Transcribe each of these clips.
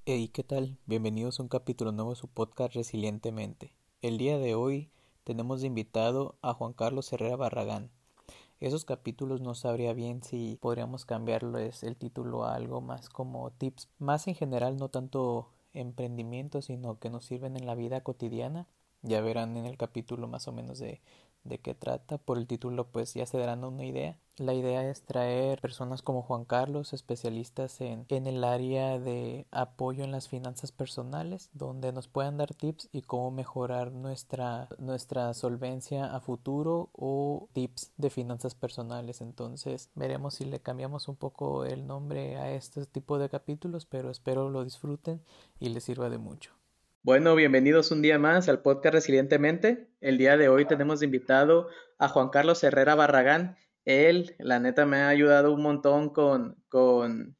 Hey, ¿qué tal? Bienvenidos a un capítulo nuevo de su podcast Resilientemente. El día de hoy tenemos de invitado a Juan Carlos Herrera Barragán. Esos capítulos no sabría bien si podríamos cambiarles el título a algo más como tips, más en general, no tanto emprendimiento, sino que nos sirven en la vida cotidiana. Ya verán en el capítulo más o menos de qué trata. Por el título pues ya se darán una idea. La idea es traer personas como Juan Carlos, especialistas en el área de apoyo en las finanzas personales, donde nos puedan dar tips y cómo mejorar nuestra solvencia a futuro o tips de finanzas personales. Entonces veremos si le cambiamos un poco el nombre a este tipo de capítulos, pero espero lo disfruten y les sirva de mucho. Bueno, bienvenidos un día más al podcast Resilientemente. El día de hoy tenemos de invitado a Juan Carlos Herrera Barragán. Él, la neta, me ha ayudado un montón con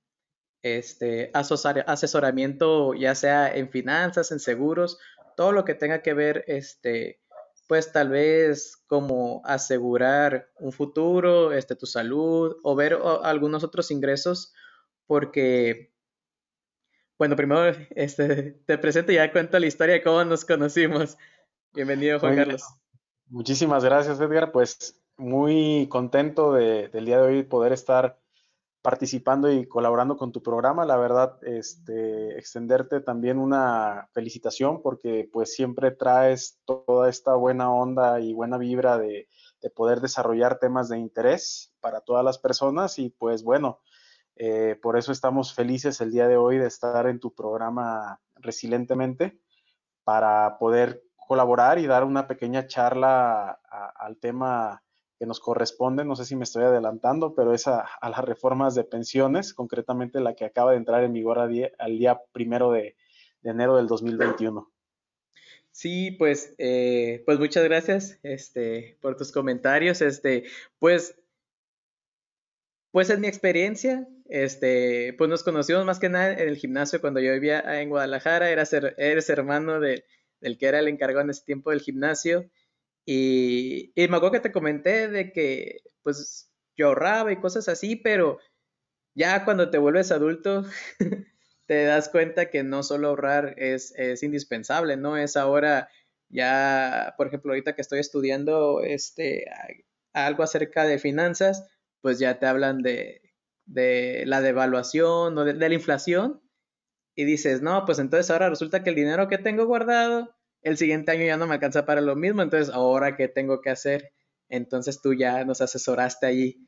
asesoramiento, ya sea en finanzas, en seguros, todo lo que tenga que ver, pues tal vez como asegurar un futuro, tu salud o ver algunos otros ingresos, porque bueno, primero, te presento y ya cuento la historia de cómo nos conocimos. Bienvenido, Juan Muy bien, Carlos. muchísimas gracias Edgar, pues muy contento del día de hoy poder estar participando y colaborando con tu programa. La verdad, extenderte también una felicitación porque pues siempre traes toda esta buena onda y buena vibra de poder desarrollar temas de interés para todas las personas y pues bueno, por eso estamos felices el día de hoy de estar en tu programa Resilientemente para poder colaborar y dar una pequeña charla al tema que nos corresponde. No sé si me estoy adelantando, pero es a las reformas de pensiones, concretamente la que acaba de entrar en vigor al día 1 de enero del 2021. Sí, pues muchas gracias, por tus comentarios. Pues, pues en mi experiencia, pues nos conocimos más que nada en el gimnasio cuando yo vivía en Guadalajara. Eres hermano del que era el encargado en ese tiempo del gimnasio. Y me acuerdo que te comenté de que, pues, yo ahorraba y cosas así, pero ya cuando te vuelves adulto, te das cuenta que no solo ahorrar es indispensable, ¿no? Es ahora ya, por ejemplo, ahorita que estoy estudiando algo acerca de finanzas, pues ya te hablan de la devaluación o de la inflación y dices, no, pues entonces ahora resulta que el dinero que tengo guardado, el siguiente año ya no me alcanza para lo mismo, entonces ahora qué tengo que hacer. Entonces tú ya nos asesoraste allí.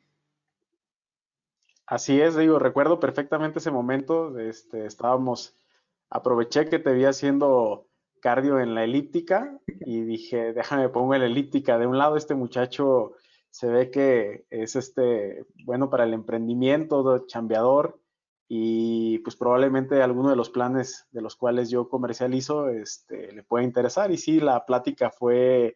Así es, digo, recuerdo perfectamente ese momento. Aproveché que te vi haciendo cardio en la elíptica y dije, déjame pongo la elíptica de un lado. Este muchacho se ve que es bueno para el emprendimiento, chambeador, y pues probablemente alguno de los planes de los cuales yo comercializo, le puede interesar. Y sí, la plática fue,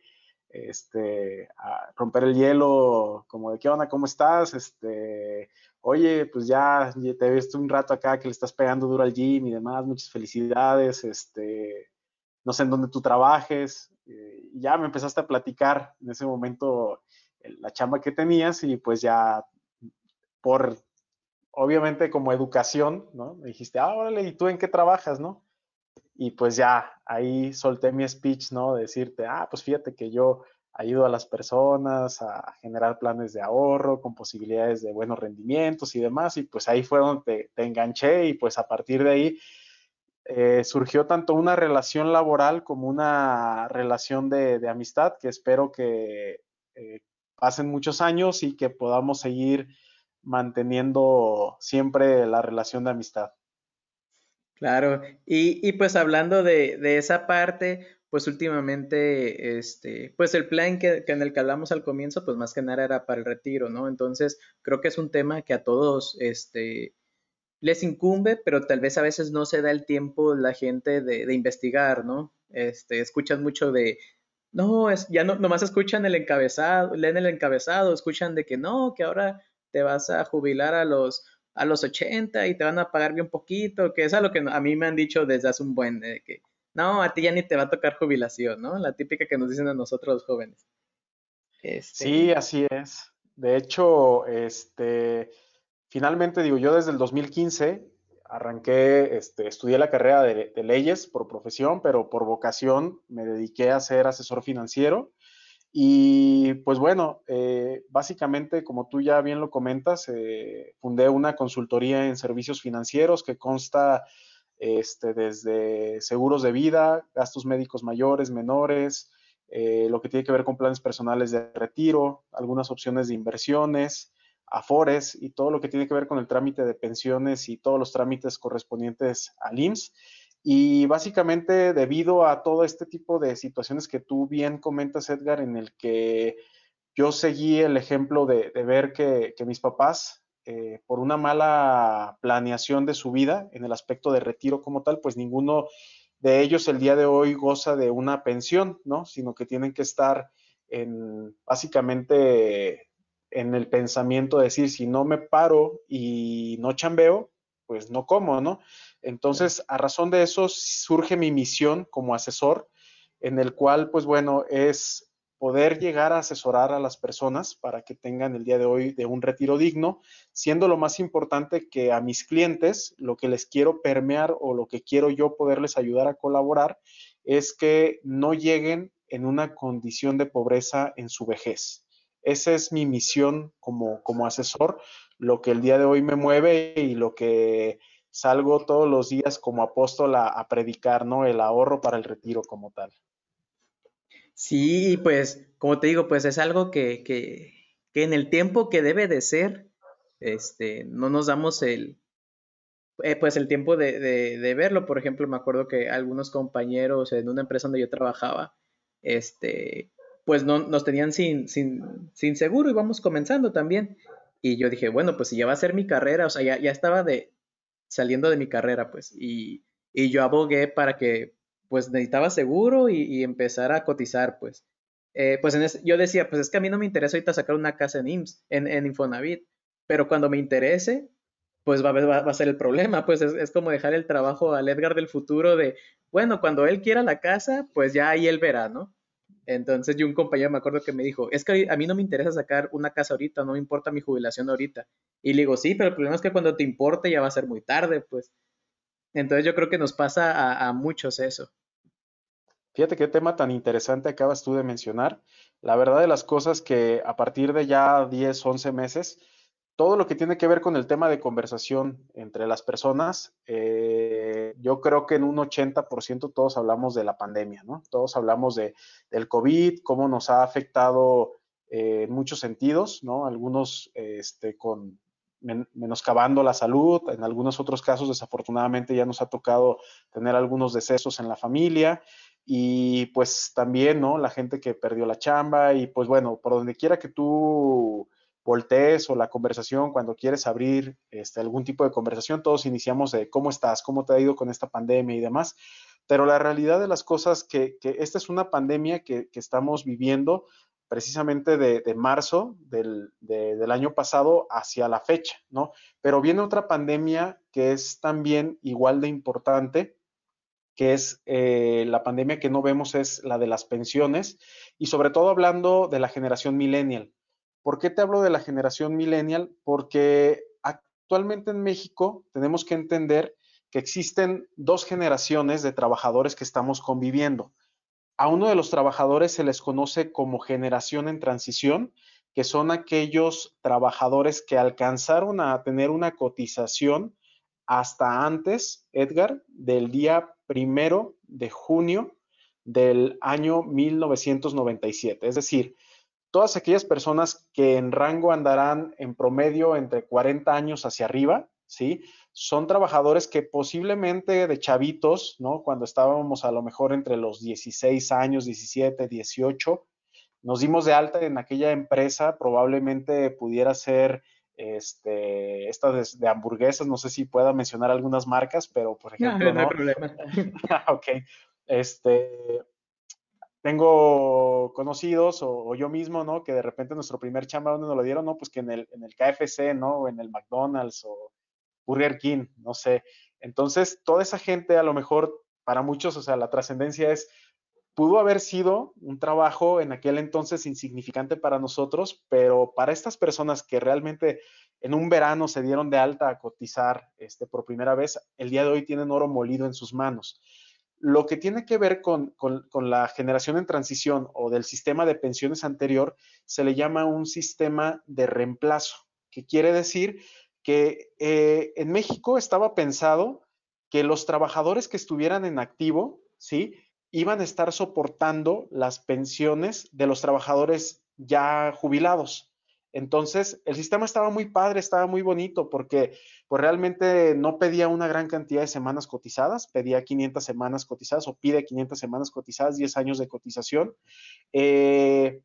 a romper el hielo, como de qué onda, cómo estás, oye, pues ya te he visto un rato acá que le estás pegando duro al gym y demás, muchas felicidades, no sé en dónde tú trabajes, y ya me empezaste a platicar en ese momento la chamba que tenías y pues ya por, obviamente como educación, ¿no? Me dijiste, órale, ¿y tú en qué trabajas, no? Y pues ya ahí solté mi speech, ¿no? De decirte, pues fíjate que yo ayudo a las personas a generar planes de ahorro con posibilidades de buenos rendimientos y demás. Y pues ahí fue donde te enganché y pues a partir de ahí surgió tanto una relación laboral como una relación de amistad que espero que eh, pasen muchos años y que podamos seguir manteniendo siempre la relación de amistad. Claro, y pues hablando de esa parte, pues últimamente, pues el plan que en el que hablamos al comienzo, pues más que nada era para el retiro, ¿no? Entonces, creo que es un tema que a todos, les incumbe, pero tal vez a veces no se da el tiempo la gente de investigar, ¿no? Escuchan mucho de, no, ya no, nomás escuchan el encabezado, leen el encabezado, escuchan de que no, que ahora te vas a jubilar a los 80 y te van a pagar bien poquito, que es algo que a mí me han dicho desde hace un buen, de que no, a ti ya ni te va a tocar jubilación, ¿no? La típica que nos dicen a nosotros los jóvenes. Sí, Este, así es. De hecho, finalmente digo, yo desde el 2015 arranqué, estudié la carrera de leyes por profesión, pero por vocación me dediqué a ser asesor financiero. Y pues bueno, básicamente, como tú ya bien lo comentas, fundé una consultoría en servicios financieros que consta desde seguros de vida, gastos médicos mayores, menores, lo que tiene que ver con planes personales de retiro, algunas opciones de inversiones, afores y todo lo que tiene que ver con el trámite de pensiones y todos los trámites correspondientes al IMSS. Y básicamente debido a todo este tipo de situaciones que tú bien comentas, Edgar, en el que yo seguí el ejemplo de ver que mis papás, por una mala planeación de su vida en el aspecto de retiro como tal, pues ninguno de ellos el día de hoy goza de una pensión, ¿no? Sino que tienen que estar básicamente en el pensamiento de decir, si no me paro y no chambeo, pues no como, ¿no? Entonces, a razón de eso surge mi misión como asesor, en el cual, pues bueno, es poder llegar a asesorar a las personas para que tengan el día de hoy de un retiro digno, siendo lo más importante que a mis clientes lo que les quiero permear o lo que quiero yo poderles ayudar a colaborar es que no lleguen en una condición de pobreza en su vejez. Esa es mi misión como asesor, lo que el día de hoy me mueve y lo que salgo todos los días como apóstol a predicar, ¿no? El ahorro para el retiro como tal. Sí, pues, como te digo, pues es algo que en el tiempo que debe de ser, no nos damos pues el tiempo de verlo. Por ejemplo, me acuerdo que algunos compañeros en una empresa donde yo trabajaba, este, pues no, nos tenían sin seguro, íbamos comenzando también. Y yo dije, bueno, pues si ya va a ser mi carrera, o sea, ya estaba saliendo de mi carrera, pues, y yo abogué para que, pues, necesitaba seguro y empezar a cotizar, pues. Pues yo decía, pues es que a mí no me interesa ahorita sacar una casa en IMSS, en Infonavit, pero cuando me interese, pues va a ser el problema, pues es como dejar el trabajo al Edgar del futuro de, bueno, cuando él quiera la casa, pues ya ahí él verá, ¿no? Entonces yo un compañero me acuerdo que me dijo, es que a mí no me interesa sacar una casa ahorita, no me importa mi jubilación ahorita. Y le digo, sí, pero el problema es que cuando te importe ya va a ser muy tarde, pues. Entonces yo creo que nos pasa a muchos eso. Fíjate qué tema tan interesante acabas tú de mencionar. La verdad de las cosas que a partir de ya 10, 11 meses, todo lo que tiene que ver con el tema de conversación entre las personas, yo creo que en un 80% todos hablamos de la pandemia, ¿no? Todos hablamos del COVID, cómo nos ha afectado en muchos sentidos, ¿no? Algunos con menoscabando la salud, en algunos otros casos desafortunadamente ya nos ha tocado tener algunos decesos en la familia y pues también, ¿no? La gente que perdió la chamba y pues bueno, por donde quiera que tú voltees o la conversación, cuando quieres abrir algún tipo de conversación, todos iniciamos de cómo estás, cómo te ha ido con esta pandemia y demás, pero la realidad de las cosas que esta es una pandemia que estamos viviendo precisamente de marzo del año pasado hacia la fecha, ¿no? Pero viene otra pandemia que es también igual de importante, que es la pandemia que no vemos es la de las pensiones y sobre todo hablando de la generación millennial. ¿Por qué te hablo de la generación millennial? Porque actualmente en México tenemos que entender que existen dos generaciones de trabajadores que estamos conviviendo. A uno de los trabajadores se les conoce como generación en transición, que son aquellos trabajadores que alcanzaron a tener una cotización hasta antes, Edgar, del día 1 de junio del año 1997. Es decir, todas aquellas personas que en rango andarán en promedio entre 40 años hacia arriba, ¿sí? Son trabajadores que posiblemente de chavitos, ¿no? Cuando estábamos a lo mejor entre los 16 años, 17, 18, nos dimos de alta en aquella empresa, probablemente pudiera ser esta de hamburguesas, no sé si pueda mencionar algunas marcas, pero por No, ejemplo, no hay ¿no? problema. Ok, este, tengo conocidos o yo mismo, ¿no? Que de repente nuestro primer chamba, ¿dónde nos lo dieron? No, pues que en el KFC, ¿no? O en el McDonald's o Burger King, no sé. Entonces, toda esa gente, a lo mejor, para muchos, o sea, la trascendencia es, pudo haber sido un trabajo en aquel entonces insignificante para nosotros, pero para estas personas que realmente en un verano se dieron de alta a cotizar por primera vez, el día de hoy tienen oro molido en sus manos. Lo que tiene que ver con la generación en transición o del sistema de pensiones anterior, se le llama un sistema de reemplazo, que quiere decir que en México estaba pensado que los trabajadores que estuvieran en activo, ¿sí?, iban a estar soportando las pensiones de los trabajadores ya jubilados. Entonces, el sistema estaba muy padre, estaba muy bonito, porque pues realmente no pedía una gran cantidad de semanas cotizadas, pedía 500 semanas cotizadas o pide 500 semanas cotizadas, 10 años de cotización. Eh,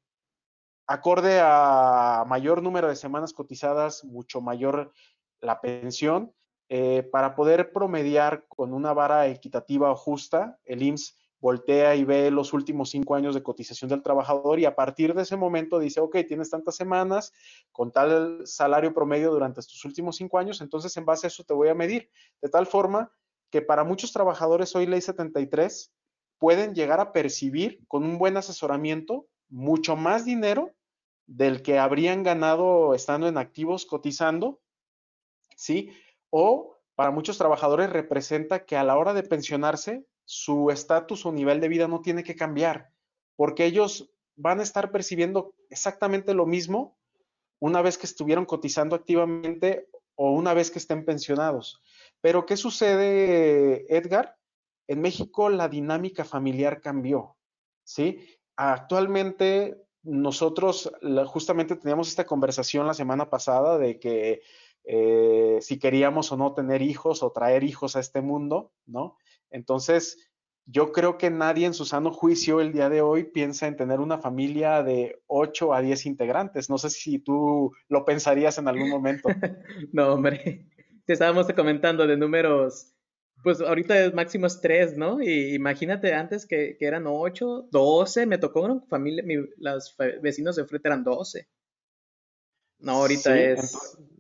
Acorde a mayor número de semanas cotizadas, mucho mayor la pensión. Para poder promediar con una vara equitativa o justa, el IMSS voltea y ve los últimos 5 años de cotización del trabajador y a partir de ese momento dice, ok, tienes tantas semanas con tal salario promedio durante estos últimos 5 años, entonces en base a eso te voy a medir. De tal forma que para muchos trabajadores hoy Ley 73 pueden llegar a percibir con un buen asesoramiento mucho más dinero del que habrían ganado estando en activos cotizando, ¿sí? O para muchos trabajadores representa que a la hora de pensionarse, su estatus o nivel de vida no tiene que cambiar, porque ellos van a estar percibiendo exactamente lo mismo una vez que estuvieron cotizando activamente o una vez que estén pensionados. Pero ¿qué sucede, Edgar? En México la dinámica familiar cambió, ¿sí? Actualmente nosotros justamente teníamos esta conversación la semana pasada de que si queríamos o no tener hijos o traer hijos a este mundo, ¿no? Entonces, yo creo que nadie en su sano juicio el día de hoy piensa en tener una familia de 8 a 10 integrantes. No sé si tú lo pensarías en algún momento. No, hombre. Te estábamos comentando de números, pues ahorita el máximo es 3, ¿no? Y imagínate antes que eran 8, 12. Me tocó una familia, los vecinos de frente eran 12. No, ahorita Sí, es... entonces,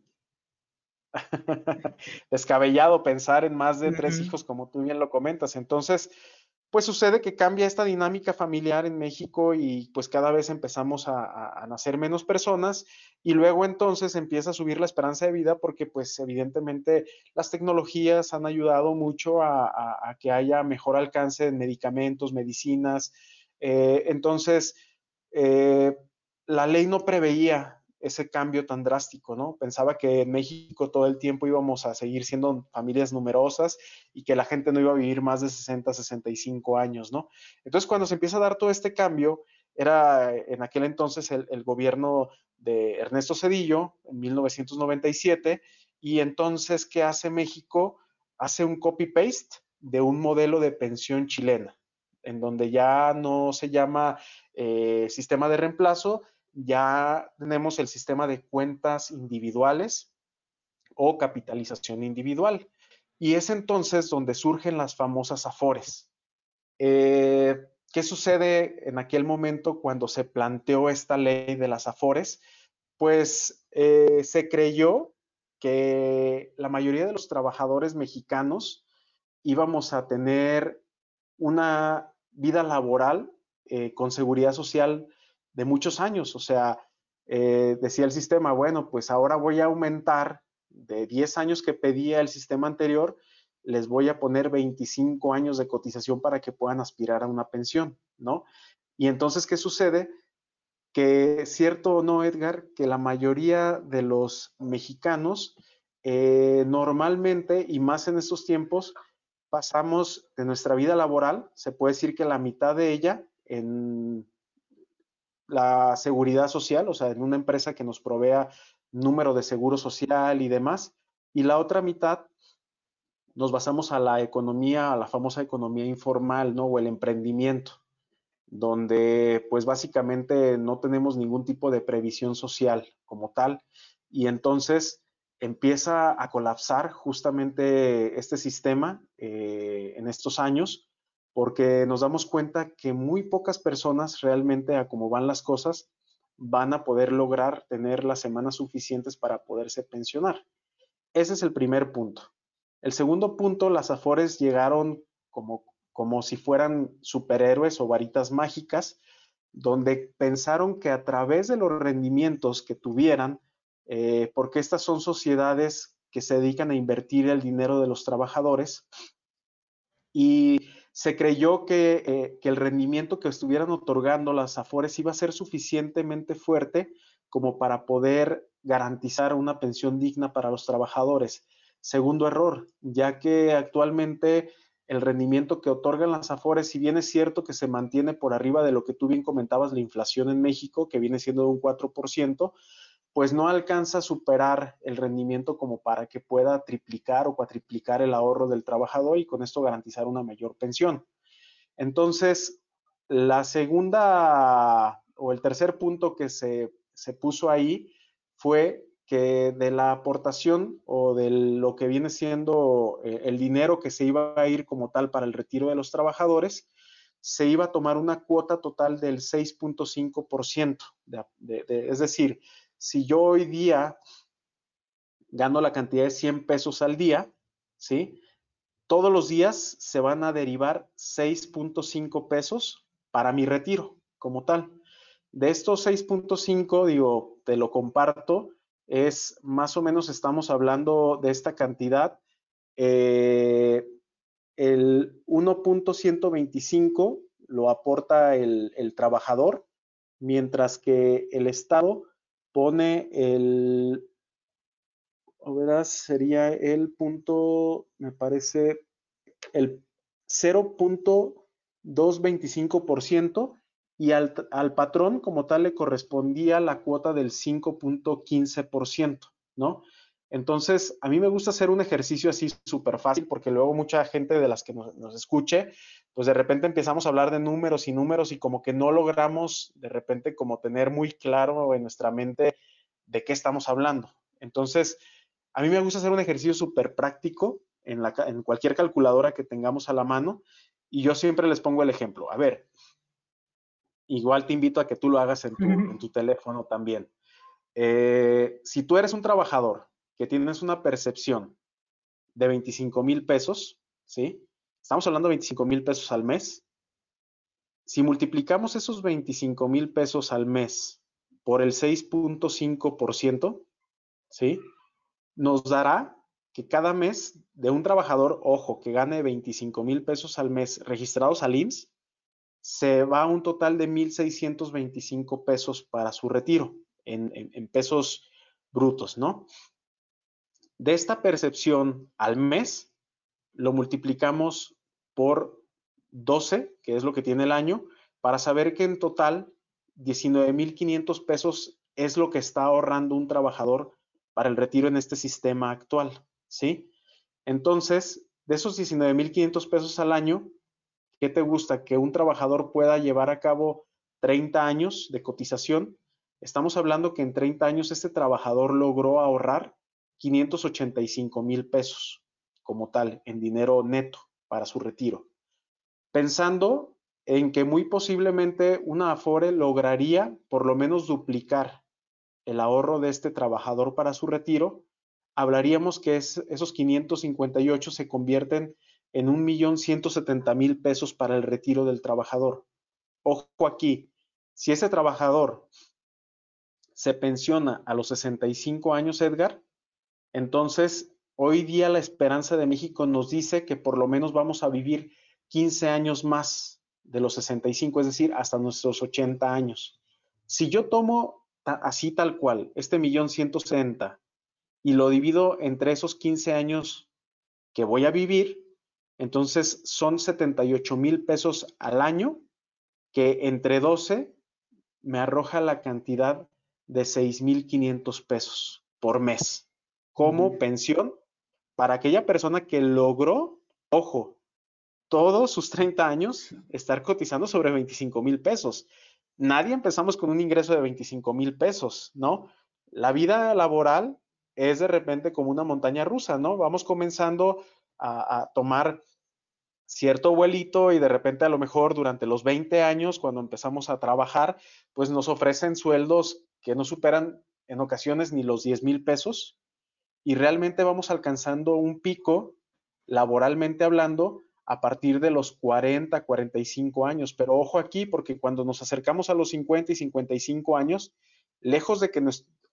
descabellado pensar en más de 3 Ujú. hijos, como tú bien lo comentas. Entonces, pues sucede que cambia esta dinámica familiar en México y pues cada vez empezamos a nacer menos personas y luego entonces empieza a subir la esperanza de vida porque pues evidentemente las tecnologías han ayudado mucho a que haya mejor alcance en medicamentos, medicinas. Entonces, eh, la ley no preveía ese cambio tan drástico, ¿no? Pensaba que en México todo el tiempo íbamos a seguir siendo familias numerosas y que la gente no iba a vivir más de 60, 65 años, ¿no? Entonces, cuando se empieza a dar todo este cambio, era en aquel entonces el gobierno de Ernesto Zedillo, en 1997, y entonces, ¿qué hace México? Hace un copy-paste de un modelo de pensión chilena, en donde ya no se llama sistema de reemplazo, ya tenemos el sistema de cuentas individuales o capitalización individual. Y es entonces donde surgen las famosas AFORES. ¿Qué sucede en aquel momento cuando se planteó esta ley de las AFORES? Pues se creyó que la mayoría de los trabajadores mexicanos íbamos a tener una vida laboral con seguridad social de muchos años. O sea, decía el sistema, bueno, pues ahora voy a aumentar de 10 años que pedía el sistema anterior, les voy a poner 25 años de cotización para que puedan aspirar a una pensión, ¿no? Y entonces, ¿qué sucede? Que cierto o no, Edgar, que la mayoría de los mexicanos normalmente, y más en estos tiempos, pasamos de nuestra vida laboral, se puede decir que la mitad de ella en la seguridad social, o sea, en una empresa que nos provea número de seguro social y demás, y la otra mitad nos basamos a la economía, a la famosa economía informal, ¿no? O el emprendimiento, donde pues básicamente no tenemos ningún tipo de previsión social como tal, y entonces empieza a colapsar justamente este sistema en estos años, porque nos damos cuenta que muy pocas personas realmente a cómo van las cosas van a poder lograr tener las semanas suficientes para poderse pensionar. Ese es el primer punto. El segundo punto, las Afores llegaron como si fueran superhéroes o varitas mágicas, donde pensaron que a través de los rendimientos que tuvieran porque estas son sociedades que se dedican a invertir el dinero de los trabajadores y se creyó que el rendimiento que estuvieran otorgando las Afores iba a ser suficientemente fuerte como para poder garantizar una pensión digna para los trabajadores. Segundo error, ya que actualmente el rendimiento que otorgan las Afores, si bien es cierto que se mantiene por arriba de lo que tú bien comentabas, la inflación en México, que viene siendo de un 4%, pues no alcanza a superar el rendimiento como para que pueda triplicar o cuatriplicar el ahorro del trabajador y con esto garantizar una mayor pensión. Entonces, la segunda o el tercer punto que se puso ahí fue que de la aportación o de lo que viene siendo el dinero que se iba a ir como tal para el retiro de los trabajadores, se iba a tomar una cuota total del 6.5%. Es decir, si yo hoy día gano la cantidad de 100 pesos al día, ¿sí? Todos los días se van a derivar 6.5 pesos para mi retiro como tal. De estos 6.5, digo, te lo comparto, es más o menos estamos hablando de esta cantidad, el 1.125 lo aporta el trabajador, mientras que el Estado pone verás, sería el punto, me parece, el 0.225% y al patrón como tal le correspondía la cuota del 5.15%, ¿no? Entonces, a mí me gusta hacer un ejercicio así súper fácil porque luego mucha gente de las que nos escuche, pues de repente empezamos a hablar de números y como que no logramos de repente como tener muy claro en nuestra mente de qué estamos hablando. Entonces, a mí me gusta hacer un ejercicio súper práctico en cualquier calculadora que tengamos a la mano y yo siempre les pongo el ejemplo. A ver, igual te invito a que tú lo hagas en tu teléfono también. Si tú eres un trabajador que tienes una percepción de 25,000 pesos, ¿sí? Estamos hablando de 25,000 pesos al mes. Si multiplicamos esos 25,000 pesos al mes por el 6.5%, ¿sí? Nos dará que cada mes de un trabajador, ojo, que gane 25,000 pesos al mes registrados al IMSS, se va a un total de 1,625 pesos para su retiro en pesos brutos, ¿no? De esta percepción al mes, lo multiplicamos por 12, que es lo que tiene el año, para saber que en total 19,500 pesos es lo que está ahorrando un trabajador para el retiro en este sistema actual, ¿sí? Entonces, de esos 19,500 pesos al año, ¿qué te gusta? Que un trabajador pueda llevar a cabo 30 años de cotización. Estamos hablando que en 30 años este trabajador logró ahorrar 585,000 pesos como tal, en dinero neto para su retiro. Pensando en que muy posiblemente una Afore lograría por lo menos duplicar el ahorro de este trabajador para su retiro, hablaríamos que esos 558 se convierten en 1,170,000 pesos para el retiro del trabajador. Ojo aquí, si ese trabajador se pensiona a los 65 años, Edgar, entonces hoy día la esperanza de México nos dice que por lo menos vamos a vivir 15 años más de los 65, es decir, hasta nuestros 80 años. Si yo tomo así tal cual, este 1,170,000 y lo divido entre esos 15 años que voy a vivir, entonces son 78,000 pesos al año, que entre 12 me arroja la cantidad de 6,500 pesos por mes como pensión para aquella persona que logró, ojo, todos sus 30 años estar cotizando sobre 25,000 pesos. Nadie empezamos con un ingreso de 25,000 pesos, ¿no? La vida laboral es de repente como una montaña rusa, ¿no? Vamos comenzando a tomar cierto vuelito y de repente a lo mejor durante los 20 años, cuando empezamos a trabajar, pues nos ofrecen sueldos que no superan en ocasiones ni los 10,000 pesos y realmente vamos alcanzando un pico laboralmente hablando a partir de los 40, 45 años. Pero ojo aquí, porque cuando nos acercamos a los 50 y 55 años, lejos de que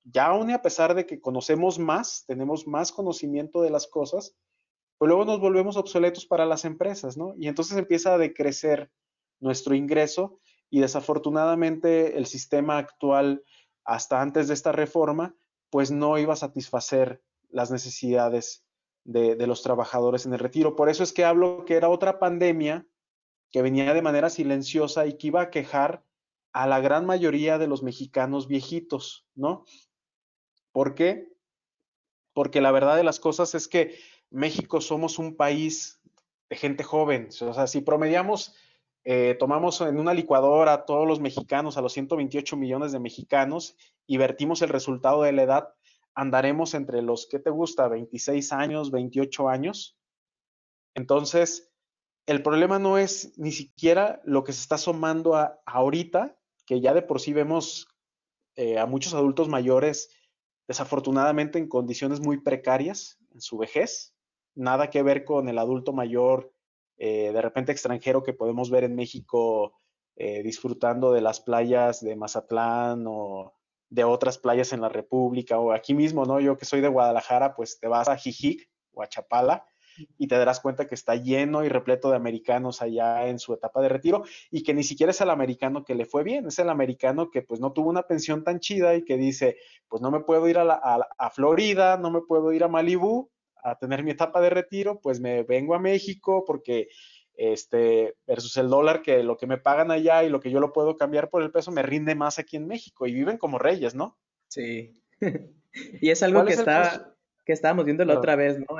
ya aún y a pesar de que conocemos más, tenemos más conocimiento de las cosas, pues luego nos volvemos obsoletos para las empresas, ¿no? Y entonces empieza a decrecer nuestro ingreso y desafortunadamente el sistema actual, hasta antes de esta reforma, pues no iba a satisfacer las necesidades de los trabajadores en el retiro. Por eso es que hablo que era otra pandemia que venía de manera silenciosa y que iba a quejar a la gran mayoría de los mexicanos viejitos, ¿no? ¿Por qué? Porque la verdad de las cosas es que México somos un país de gente joven. O sea, si promediamos, tomamos en una licuadora a todos los mexicanos, a los 128 millones de mexicanos, y vertimos el resultado de la edad, andaremos entre los, ¿qué te gusta? 26 años, 28 años. Entonces, el problema no es ni siquiera lo que se está sumando ahorita, que ya de por sí vemos a muchos adultos mayores, desafortunadamente en condiciones muy precarias en su vejez. Nada que ver con el adulto mayor, de repente extranjero, que podemos ver en México disfrutando de las playas de Mazatlán o de otras playas en la República o aquí mismo, ¿no? Yo que soy de Guadalajara, pues te vas a Jijic o a Chapala y te darás cuenta que está lleno y repleto de americanos allá en su etapa de retiro y que ni siquiera es el americano que le fue bien, es el americano que pues no tuvo una pensión tan chida y que dice, pues no me puedo ir a Florida, no me puedo ir a Malibú a tener mi etapa de retiro, pues me vengo a México porque versus el dólar, que lo que me pagan allá y lo que yo lo puedo cambiar por el peso me rinde más aquí en México y viven como reyes, ¿no? Sí. Y es algo ¿Cuál es el costo? que estábamos viendo la Perdón. otra vez, ¿no?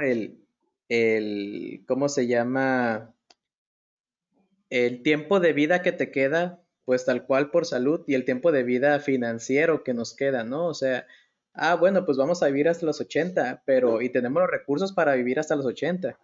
¿Cómo se llama? El tiempo de vida que te queda, pues tal cual por salud, y el tiempo de vida financiero que nos queda, ¿no? O sea, bueno, pues vamos a vivir hasta los 80, pero y tenemos los recursos para vivir hasta los 80.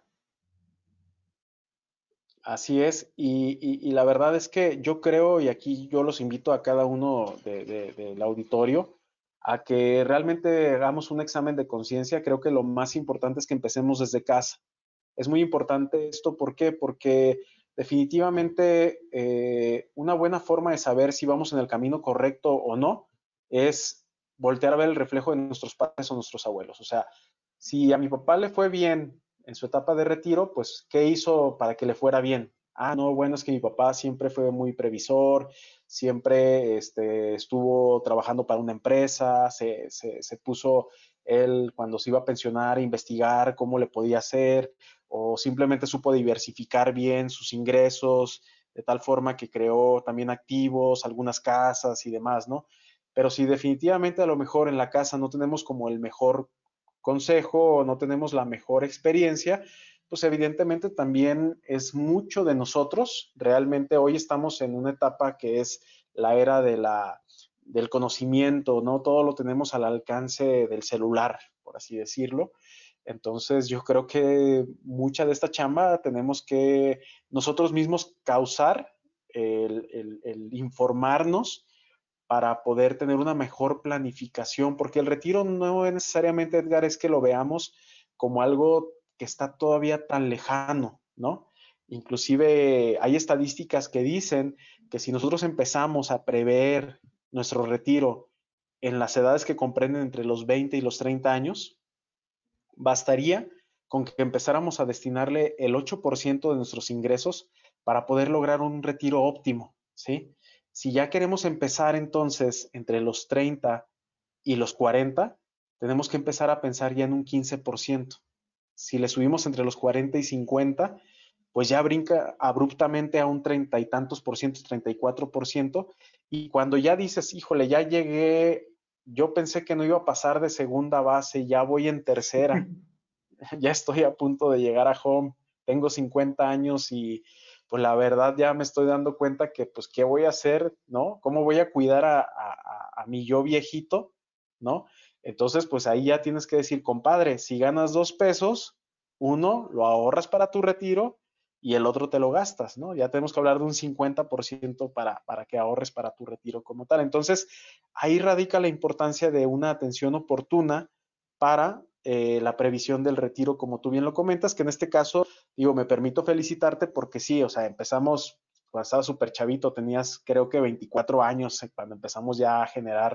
Así es, y la verdad es que yo creo, y aquí yo los invito a cada uno del auditorio, a que realmente hagamos un examen de conciencia. Creo que lo más importante es que empecemos desde casa. Es muy importante esto, ¿por qué? Porque definitivamente una buena forma de saber si vamos en el camino correcto o no es voltear a ver el reflejo de nuestros padres o nuestros abuelos. O sea, si a mi papá le fue bien en su etapa de retiro, pues, ¿qué hizo para que le fuera bien? Ah, no, bueno, es que mi papá siempre fue muy previsor, siempre estuvo trabajando para una empresa, se puso él cuando se iba a pensionar a investigar cómo le podía hacer, o simplemente supo diversificar bien sus ingresos de tal forma que creó también activos, algunas casas y demás, ¿no? Pero si definitivamente a lo mejor en la casa no tenemos como el mejor consejo o no tenemos la mejor experiencia, pues evidentemente también es mucho de nosotros. Realmente hoy estamos en una etapa que es la era del conocimiento, ¿no? Todo lo tenemos al alcance del celular, por así decirlo. Entonces yo creo que mucha de esta chamba tenemos que nosotros mismos causar el informarnos para poder tener una mejor planificación, porque el retiro no es necesariamente, Edgar, es que lo veamos como algo que está todavía tan lejano, ¿no? Inclusive hay estadísticas que dicen que si nosotros empezamos a prever nuestro retiro en las edades que comprenden entre los 20 y los 30 años, bastaría con que empezáramos a destinarle el 8% de nuestros ingresos para poder lograr un retiro óptimo, ¿sí? Si ya queremos empezar entonces entre los 30 y los 40, tenemos que empezar a pensar ya en un 15%. Si le subimos entre los 40 y 50, pues ya brinca abruptamente a un 30 y tantos por ciento, 34%, y cuando ya dices, híjole, ya llegué, yo pensé que no iba a pasar de segunda base, ya voy en tercera, ya estoy a punto de llegar a home, tengo 50 años y pues la verdad ya me estoy dando cuenta que pues qué voy a hacer, ¿no? ¿Cómo voy a cuidar a mi yo viejito, ¿no? Entonces pues ahí ya tienes que decir, compadre, si ganas 2 pesos, uno lo ahorras para tu retiro y el otro te lo gastas, ¿no? Ya tenemos que hablar de un 50% para que ahorres para tu retiro como tal. Entonces ahí radica la importancia de una atención oportuna para la previsión del retiro, como tú bien lo comentas, que en este caso, digo, me permito felicitarte porque sí, o sea, empezamos, cuando estabas súper chavito, tenías creo que 24 años cuando empezamos ya a generar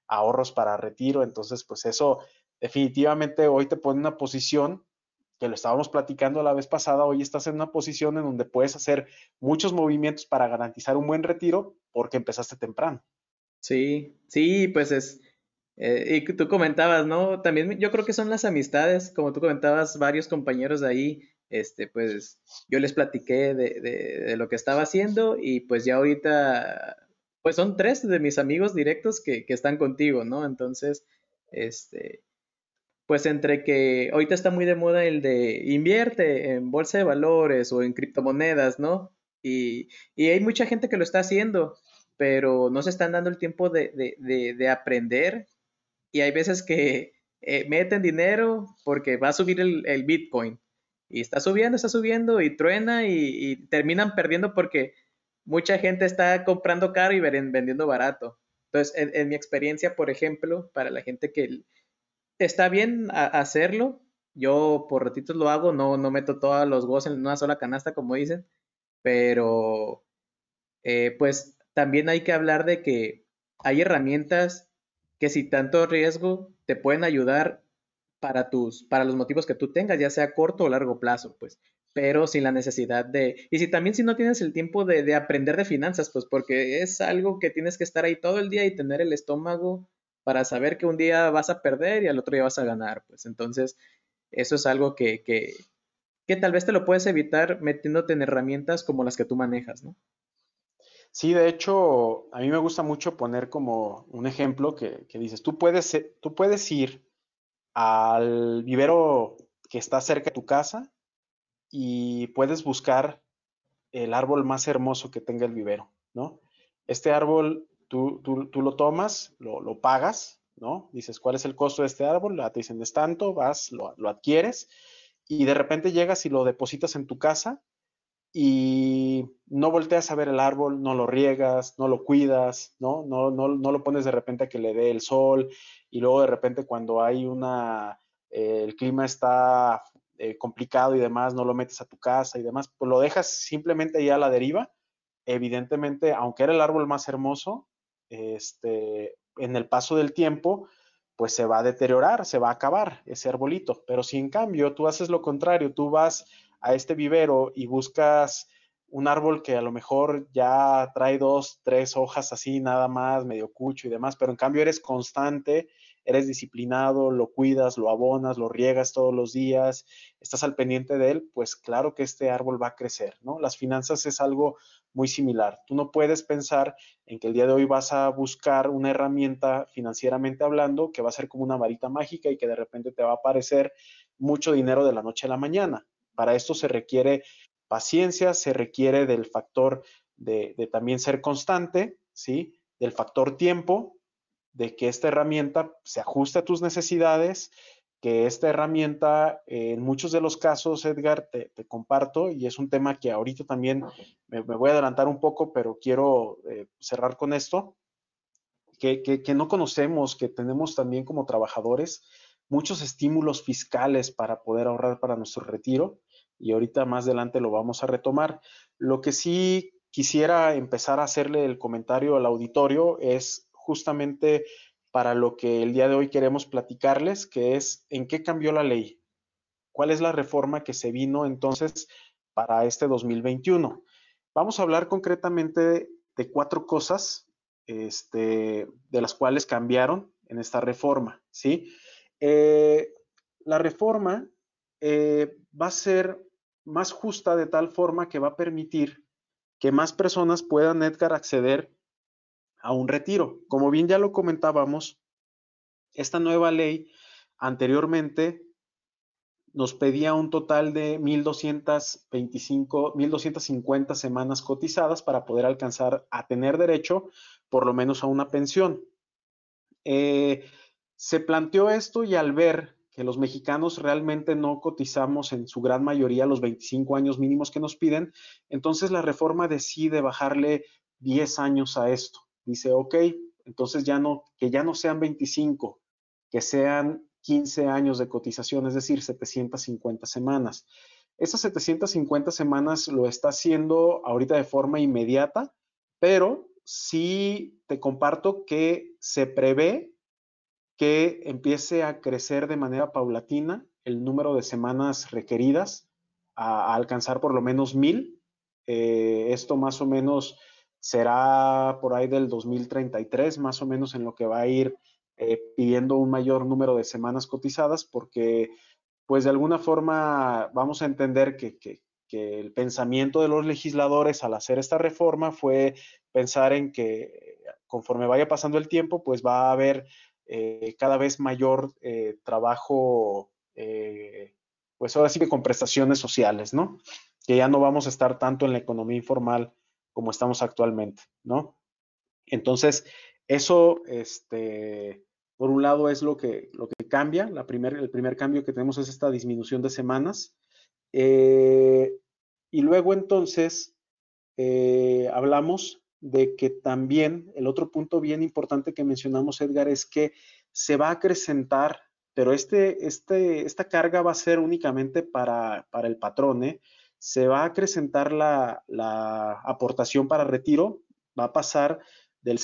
ahorros para retiro. Entonces, pues eso definitivamente hoy te pone en una posición que lo estábamos platicando la vez pasada, hoy estás en una posición en donde puedes hacer muchos movimientos para garantizar un buen retiro porque empezaste temprano. Sí, sí, pues y que tú comentabas, ¿no? También yo creo que son las amistades, como tú comentabas, varios compañeros de ahí, pues yo les platiqué de lo que estaba haciendo y pues ya ahorita, pues son tres de mis amigos directos que están contigo, ¿no? Entonces, este, pues entre que ahorita está muy de moda el de invierte en bolsa de valores o en criptomonedas, ¿no? Y hay mucha gente que lo está haciendo, pero no se están dando el tiempo de aprender y hay veces que meten dinero porque va a subir el Bitcoin y está subiendo y truena y terminan perdiendo porque mucha gente está comprando caro y vendiendo barato. Entonces, en mi experiencia, por ejemplo, para la gente que está bien hacerlo. Yo por ratitos lo hago, no meto todos los huevos en una sola canasta, como dicen, pero pues también hay que hablar de que hay herramientas que sin tanto riesgo te pueden ayudar para los motivos que tú tengas, ya sea corto o largo plazo, pues, pero sin la necesidad y si también si no tienes el tiempo de aprender de finanzas, pues porque es algo que tienes que estar ahí todo el día y tener el estómago para saber que un día vas a perder y al otro día vas a ganar, pues entonces eso es algo que tal vez te lo puedes evitar metiéndote en herramientas como las que tú manejas, ¿no? Sí, de hecho, a mí me gusta mucho poner como un ejemplo que dices, tú puedes ir al vivero que está cerca de tu casa y puedes buscar el árbol más hermoso que tenga el vivero, ¿no? Este árbol, tú lo tomas, lo pagas, ¿no? Dices, ¿cuál es el costo de este árbol? Te dicen, es tanto, vas, lo adquieres y de repente llegas y lo depositas en tu casa y no volteas a ver el árbol, no lo riegas, no lo cuidas, no lo pones de repente a que le dé el sol y luego de repente cuando hay el clima está complicado y demás, no lo metes a tu casa y demás, pues lo dejas simplemente ahí a la deriva. Evidentemente, aunque era el árbol más hermoso, en el paso del tiempo, pues se va a deteriorar, se va a acabar ese arbolito. Pero si en cambio tú haces lo contrario, tú vas a este vivero y buscas un árbol que a lo mejor ya trae dos, tres hojas así nada más, medio cucho y demás, pero en cambio eres constante, eres disciplinado, lo cuidas, lo abonas, lo riegas todos los días, estás al pendiente de él, pues claro que este árbol va a crecer, ¿no? Las finanzas es algo muy similar. Tú no puedes pensar en que el día de hoy vas a buscar una herramienta financieramente hablando que va a ser como una varita mágica y que de repente te va a aparecer mucho dinero de la noche a la mañana. Para esto se requiere paciencia, se requiere del factor de también ser constante, ¿sí? Del factor tiempo, de que esta herramienta se ajuste a tus necesidades, que esta herramienta, en muchos de los casos, Edgar, te comparto, y es un tema que ahorita también me voy a adelantar un poco, pero quiero cerrar con esto, que no conocemos, que tenemos también como trabajadores muchos estímulos fiscales para poder ahorrar para nuestro retiro y ahorita más adelante lo vamos a retomar. Lo que sí quisiera empezar a hacerle el comentario al auditorio es justamente para lo que el día de hoy queremos platicarles, que es en qué cambió la ley, cuál es la reforma que se vino entonces para este 2021. Vamos a hablar concretamente de cuatro cosas de las cuales cambiaron en esta reforma, ¿sí? Eh, la reforma va a ser más justa de tal forma que va a permitir que más personas puedan, Edgar, acceder a un retiro. Como bien ya lo comentábamos, esta nueva ley anteriormente nos pedía un total de 1,250 semanas cotizadas para poder alcanzar a tener derecho por lo menos a una pensión. Eh, Se planteó esto y al ver que los mexicanos realmente no cotizamos en su gran mayoría los 25 años mínimos que nos piden, entonces la reforma decide bajarle 10 años a esto. Dice, ok, entonces que ya no sean 25, que sean 15 años de cotización, es decir, 750 semanas. Esas 750 semanas lo está haciendo ahorita de forma inmediata, pero sí te comparto que se prevé que empiece a crecer de manera paulatina el número de semanas requeridas a alcanzar por lo menos 1000. Esto más o menos será por ahí del 2033, más o menos en lo que va a ir pidiendo un mayor número de semanas cotizadas, porque pues de alguna forma vamos a entender que el pensamiento de los legisladores al hacer esta reforma fue pensar en que conforme vaya pasando el tiempo, pues va a haber cada vez mayor trabajo, pues ahora sí que con prestaciones sociales, ¿no? Que ya no vamos a estar tanto en la economía informal como estamos actualmente, ¿no? Entonces, eso, por un lado, es lo que cambia. El primer cambio que tenemos es esta disminución de semanas. Eh, y luego, entonces, hablamos de que también el otro punto bien importante que mencionamos, Edgar, es que se va a acrecentar, pero esta carga va a ser únicamente para el patrón, ¿eh? Se va a acrecentar la aportación para retiro, va a pasar del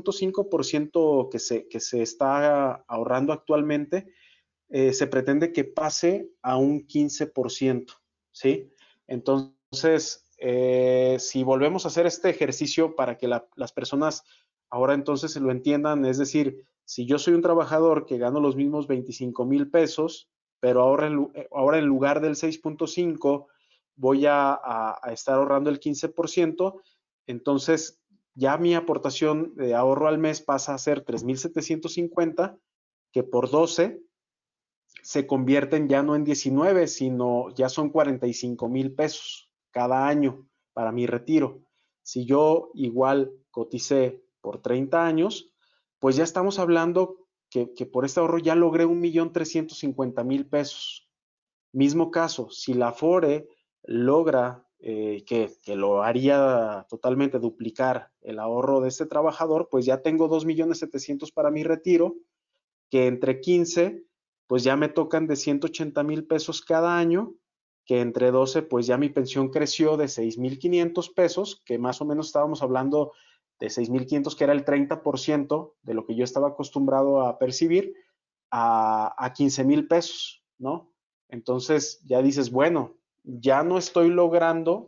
6.5% que se está ahorrando actualmente, se pretende que pase a un 15%, ¿sí? Entonces, si volvemos a hacer este ejercicio para que las personas ahora entonces se lo entiendan, es decir, si yo soy un trabajador que gano los mismos 25,000 pesos, pero ahora en lugar del 6.5 voy a estar ahorrando el 15%, entonces ya mi aportación de ahorro al mes pasa a ser 3,750, que por 12 se convierten ya no en 19, sino ya son 45,000 pesos cada año para mi retiro. Si yo igual coticé por 30 años, pues ya estamos hablando que por este ahorro ya logré 1,350,000 pesos. Mismo caso, si la Afore logra que lo haría totalmente duplicar el ahorro de este trabajador, pues ya tengo 2,700,000 para mi retiro, que entre 15, pues ya me tocan de 180,000 pesos cada año, que entre 12, pues ya mi pensión creció de 6,500 pesos, que más o menos estábamos hablando de 6,500, que era el 30% de lo que yo estaba acostumbrado a percibir, a 15,000 pesos, ¿no? Entonces ya dices, bueno, ya no estoy logrando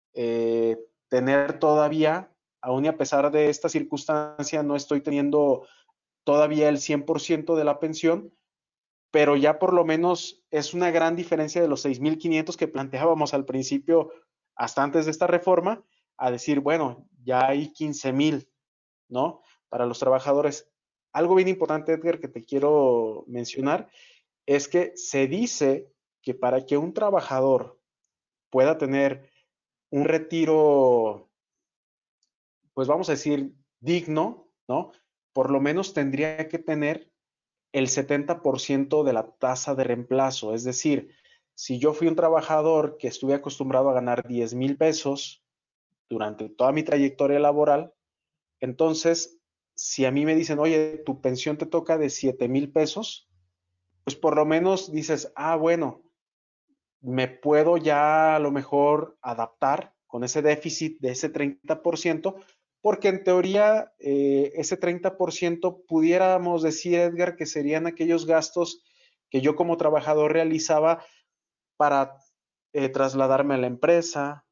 tener todavía, aún y a pesar de esta circunstancia, no estoy teniendo todavía el 100% de la pensión, pero ya por lo menos es una gran diferencia de los 6,500 que planteábamos al principio, hasta antes de esta reforma, a decir, bueno, ya hay 15,000, ¿no? Para los trabajadores. Algo bien importante, Edgar, que te quiero mencionar, es que se dice que para que un trabajador pueda tener un retiro, pues vamos a decir, digno, ¿no? Por lo menos tendría que tener el 70% de la tasa de reemplazo. Es decir, si yo fui un trabajador que estuve acostumbrado a ganar 10,000 pesos durante toda mi trayectoria laboral, entonces, si a mí me dicen, oye, tu pensión te toca de 7,000 pesos, pues por lo menos dices, ah, bueno, me puedo ya a lo mejor adaptar con ese déficit de ese 30%, porque en teoría ese 30% pudiéramos decir, Edgar, que serían aquellos gastos que yo como trabajador realizaba para trasladarme a la empresa,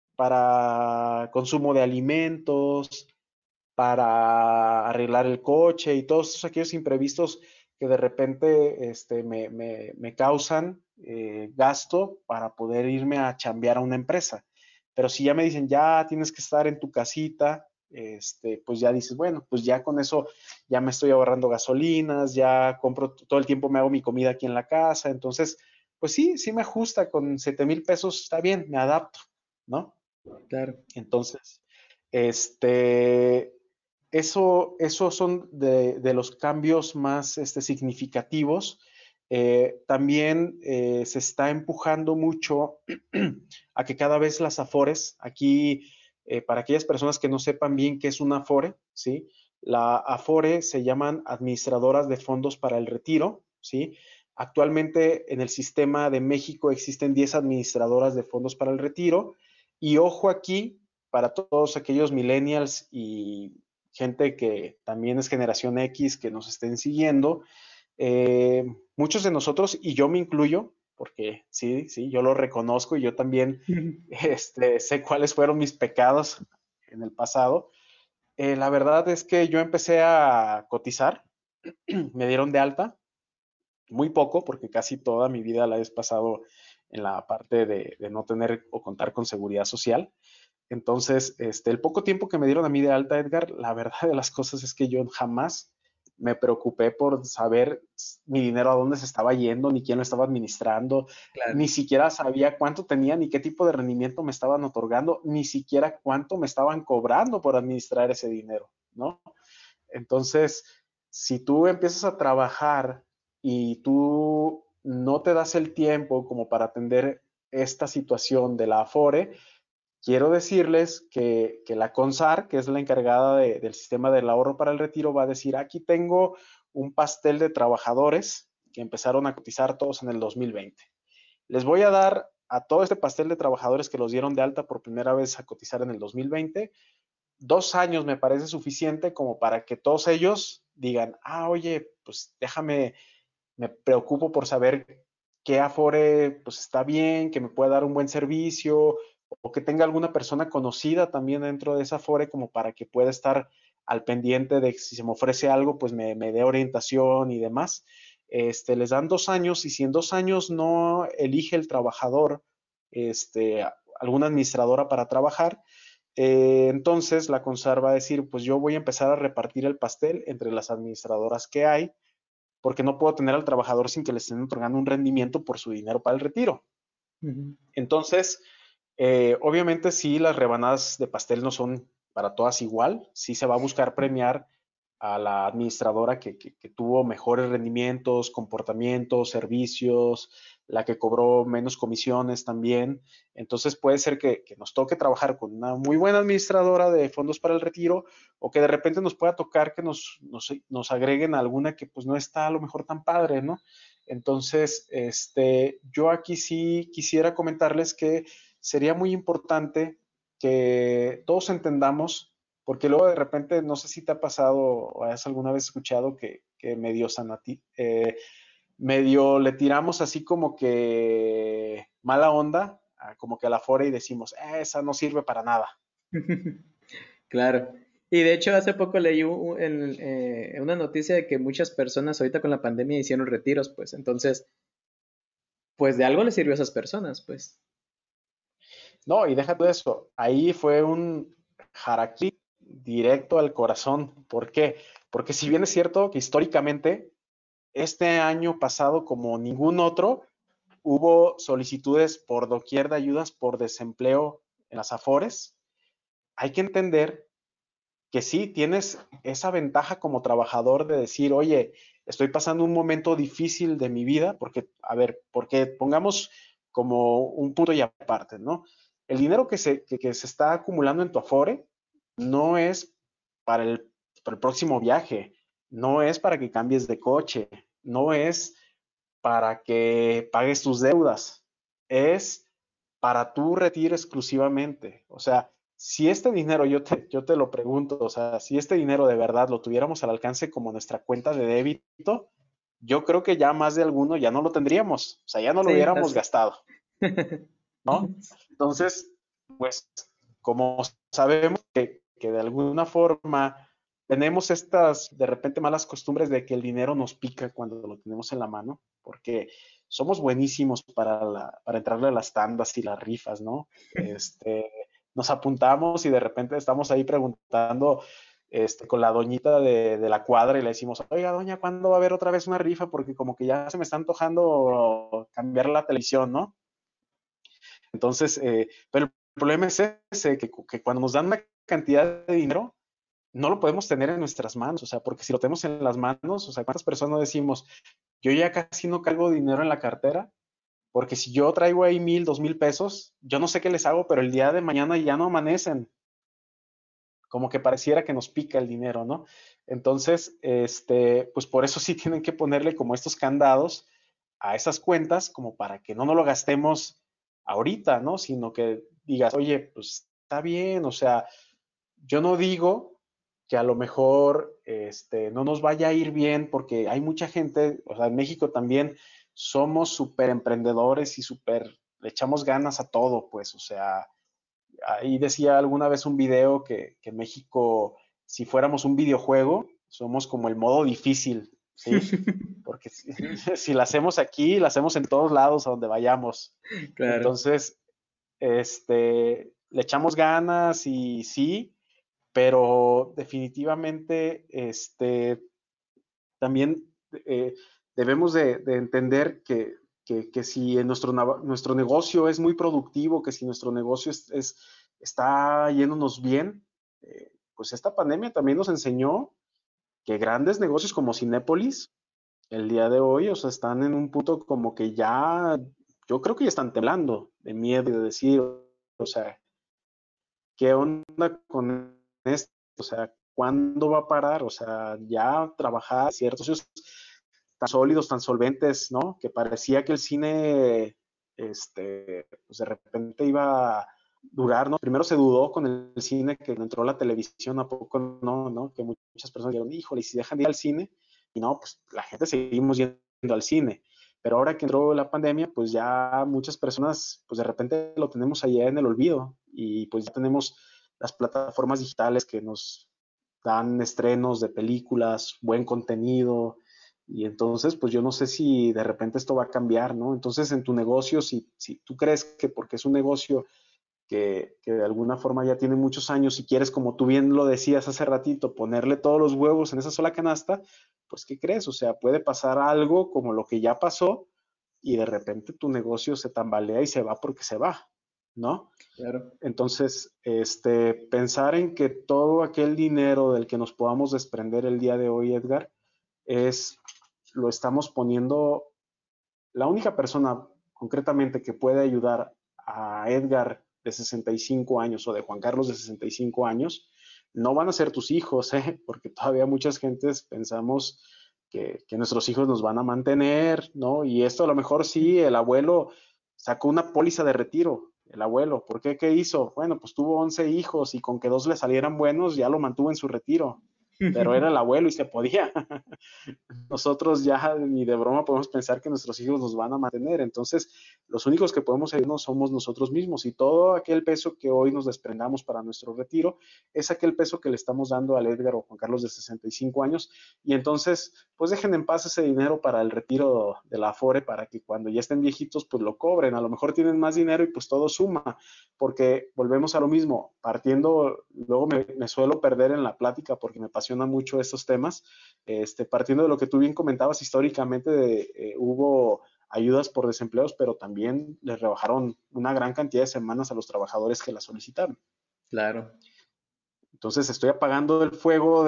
para consumo de alimentos, para arreglar el coche y todos aquellos imprevistos que de repente me causan gasto para poder irme a chambear a una empresa. Pero si ya me dicen, ya tienes que estar en tu casita, pues ya dices, bueno, pues ya con eso ya me estoy ahorrando gasolinas, ya compro, todo el tiempo me hago mi comida aquí en la casa, entonces, pues sí, sí me ajusta, con 7,000 pesos está bien, me adapto, ¿no? Claro. Entonces, este, eso son de los cambios más significativos. También se está empujando mucho a que cada vez las Afores, aquí, para aquellas personas que no sepan bien qué es una Afore, ¿sí? La Afore se llaman administradoras de fondos para el retiro, ¿sí? Actualmente en el sistema de México existen 10 administradoras de fondos para el retiro. Y ojo aquí, para todos aquellos millennials y gente que también es generación X que nos estén siguiendo, Eh, Muchos de nosotros, y yo me incluyo, porque sí, sí, yo lo reconozco y yo también sé cuáles fueron mis pecados en el pasado. La verdad es que yo empecé a cotizar, me dieron de alta, muy poco, porque casi toda mi vida la he pasado en la parte de no tener o contar con seguridad social. Entonces, el poco tiempo que me dieron a mí de alta, Edgar, la verdad de las cosas es que yo jamás me preocupé por saber mi dinero a dónde se estaba yendo, ni quién lo estaba administrando, Claro. ni siquiera sabía cuánto tenía, ni qué tipo de rendimiento me estaban otorgando, ni siquiera cuánto me estaban cobrando por administrar ese dinero, ¿no? Entonces, si tú empiezas a trabajar y tú no te das el tiempo como para atender esta situación de la Afore, quiero decirles que la CONSAR, que es la encargada del sistema del ahorro para el retiro, va a decir, aquí tengo un pastel de trabajadores que empezaron a cotizar todos en el 2020. Les voy a dar a todo este pastel de trabajadores que los dieron de alta por primera vez a cotizar en el 2020, 2 años me parece suficiente como para que todos ellos digan, oye, pues déjame, me preocupo por saber qué Afore pues está bien, que me pueda dar un buen servicio o que tenga alguna persona conocida también dentro de esa Afore como para que pueda estar al pendiente de que si se me ofrece algo, pues me dé orientación y demás. Les dan 2 años y si en 2 años no elige el trabajador alguna administradora para trabajar, entonces la CONSAR va a decir, pues yo voy a empezar a repartir el pastel entre las administradoras que hay porque no puedo tener al trabajador sin que le estén otorgando un rendimiento por su dinero para el retiro. Ujú. Entonces, obviamente sí, las rebanadas de pastel no son para todas igual, sí se va a buscar premiar a la administradora que tuvo mejores rendimientos, comportamientos, servicios, la que cobró menos comisiones también. Entonces puede ser que nos toque trabajar con una muy buena administradora de fondos para el retiro o que de repente nos pueda tocar que nos agreguen a alguna que pues no está a lo mejor tan padre, ¿no? Entonces, yo aquí sí quisiera comentarles que sería muy importante que todos entendamos porque luego de repente, no sé si te ha pasado o has alguna vez escuchado que medio le tiramos así como que mala onda, como que a la fora y decimos, esa no sirve para nada. Claro. Y de hecho, hace poco leí una noticia de que muchas personas ahorita con la pandemia hicieron retiros, pues entonces, pues de algo les sirvió a esas personas, pues. No, y deja todo eso, ahí fue un harakiri directo al corazón. ¿Por qué? Porque si bien es cierto que históricamente, este año pasado, como ningún otro, hubo solicitudes por doquier de ayudas por desempleo en las Afores. Hay que entender que sí tienes esa ventaja como trabajador de decir, oye, estoy pasando un momento difícil de mi vida, porque, a ver, porque pongamos como un punto y aparte, ¿no? El dinero que se está acumulando en tu Afore no es para para el próximo viaje, no es para que cambies de coche, no es para que pagues tus deudas, es para tu retiro exclusivamente. O sea, si este dinero, yo te lo pregunto, o sea, si este dinero de verdad lo tuviéramos al alcance como nuestra cuenta de débito, yo creo que ya más de alguno ya no lo tendríamos, o sea, ya no lo Sí, hubiéramos así. gastado, ¿no? Entonces, pues, como sabemos que de alguna forma tenemos estas de repente malas costumbres de que el dinero nos pica cuando lo tenemos en la mano, porque somos buenísimos para entrarle a las tandas y las rifas, ¿no? Nos apuntamos y de repente estamos ahí preguntando con la doñita de la cuadra y le decimos, oiga, doña, ¿cuándo va a haber otra vez una rifa? Porque como que ya se me está antojando cambiar la televisión, ¿no? Entonces, pero el problema es ese, que cuando nos dan una cantidad de dinero, no lo podemos tener en nuestras manos, o sea, porque si lo tenemos en las manos, o sea, ¿cuántas personas decimos, yo ya casi no cargo dinero en la cartera? Porque si yo traigo ahí 1,000, 2,000 pesos, yo no sé qué les hago, pero el día de mañana ya no amanecen, como que pareciera que nos pica el dinero, ¿no? Entonces, pues por eso sí tienen que ponerle como estos candados a esas cuentas, como para que no nos lo gastemos ahorita, ¿no? Sino que digas, oye, pues está bien, o sea, yo no digo que a lo mejor no nos vaya a ir bien, porque hay mucha gente, o sea, en México también somos súper emprendedores y súper, le echamos ganas a todo, pues, o sea, ahí decía alguna vez un video que en México, si fuéramos un videojuego, somos como el modo difícil, ¿sí? Porque si, si la hacemos aquí, la hacemos en todos lados a donde vayamos. Claro. Entonces, le echamos ganas y sí, pero definitivamente, también debemos de entender que si en nuestro negocio es muy productivo, que si nuestro negocio está yéndonos bien, pues esta pandemia también nos enseñó que grandes negocios como Cinépolis, el día de hoy, o sea, están en un punto como que ya, yo creo que ya están temblando de miedo y de decir, o sea, ¿qué onda con esto? O sea, ¿cuándo va a parar? O sea, ya trabajar ciertos tan sólidos, tan solventes, ¿no? Que parecía que el cine, pues de repente iba a durar, ¿no? Primero se dudó con el cine que entró la televisión, ¿a poco no, no? Que muchas personas dijeron, híjole, ¿y si dejan de ir al cine? Y no, pues la gente seguimos yendo al cine. Pero ahora que entró la pandemia, pues ya muchas personas, pues de repente lo tenemos allá en el olvido y pues ya tenemos las plataformas digitales que nos dan estrenos de películas, buen contenido, y entonces, pues yo no sé si de repente esto va a cambiar, ¿no? Entonces, en tu negocio, si tú crees que porque es un negocio que de alguna forma ya tiene muchos años y quieres, como tú bien lo decías hace ratito, ponerle todos los huevos en esa sola canasta, pues ¿qué crees? O sea, puede pasar algo como lo que ya pasó y de repente tu negocio se tambalea y se va porque se va, ¿no? Claro. Entonces, pensar en que todo aquel dinero del que nos podamos desprender el día de hoy, Edgar, lo estamos poniendo, la única persona concretamente que puede ayudar a Edgar de 65 años o de Juan Carlos de 65 años, no van a ser tus hijos, ¿eh? Porque todavía muchas gentes pensamos que nuestros hijos nos van a mantener, ¿no? Y esto a lo mejor sí, el abuelo sacó una póliza de retiro, el abuelo, ¿por qué? ¿Qué hizo? Bueno, pues tuvo 11 hijos y con que dos le salieran buenos ya lo mantuvo en su retiro, pero era el abuelo y se podía. Nosotros ya ni de broma podemos pensar que nuestros hijos nos van a mantener. Entonces, los únicos que podemos ayudarnos somos nosotros mismos y todo aquel peso que hoy nos desprendamos para nuestro retiro es aquel peso que le estamos dando al Edgar o Juan Carlos de 65 años. Y entonces, pues dejen en paz ese dinero para el retiro de la Afore para que cuando ya estén viejitos, pues lo cobren. A lo mejor tienen más dinero y pues todo suma, porque volvemos a lo mismo, partiendo, luego me suelo perder en la plática porque me apasiona mucho estos temas, partiendo de lo que tú bien comentabas, históricamente hubo ayudas por desempleos, pero también les rebajaron una gran cantidad de semanas a los trabajadores que la solicitaron. Claro. Entonces estoy apagando el fuego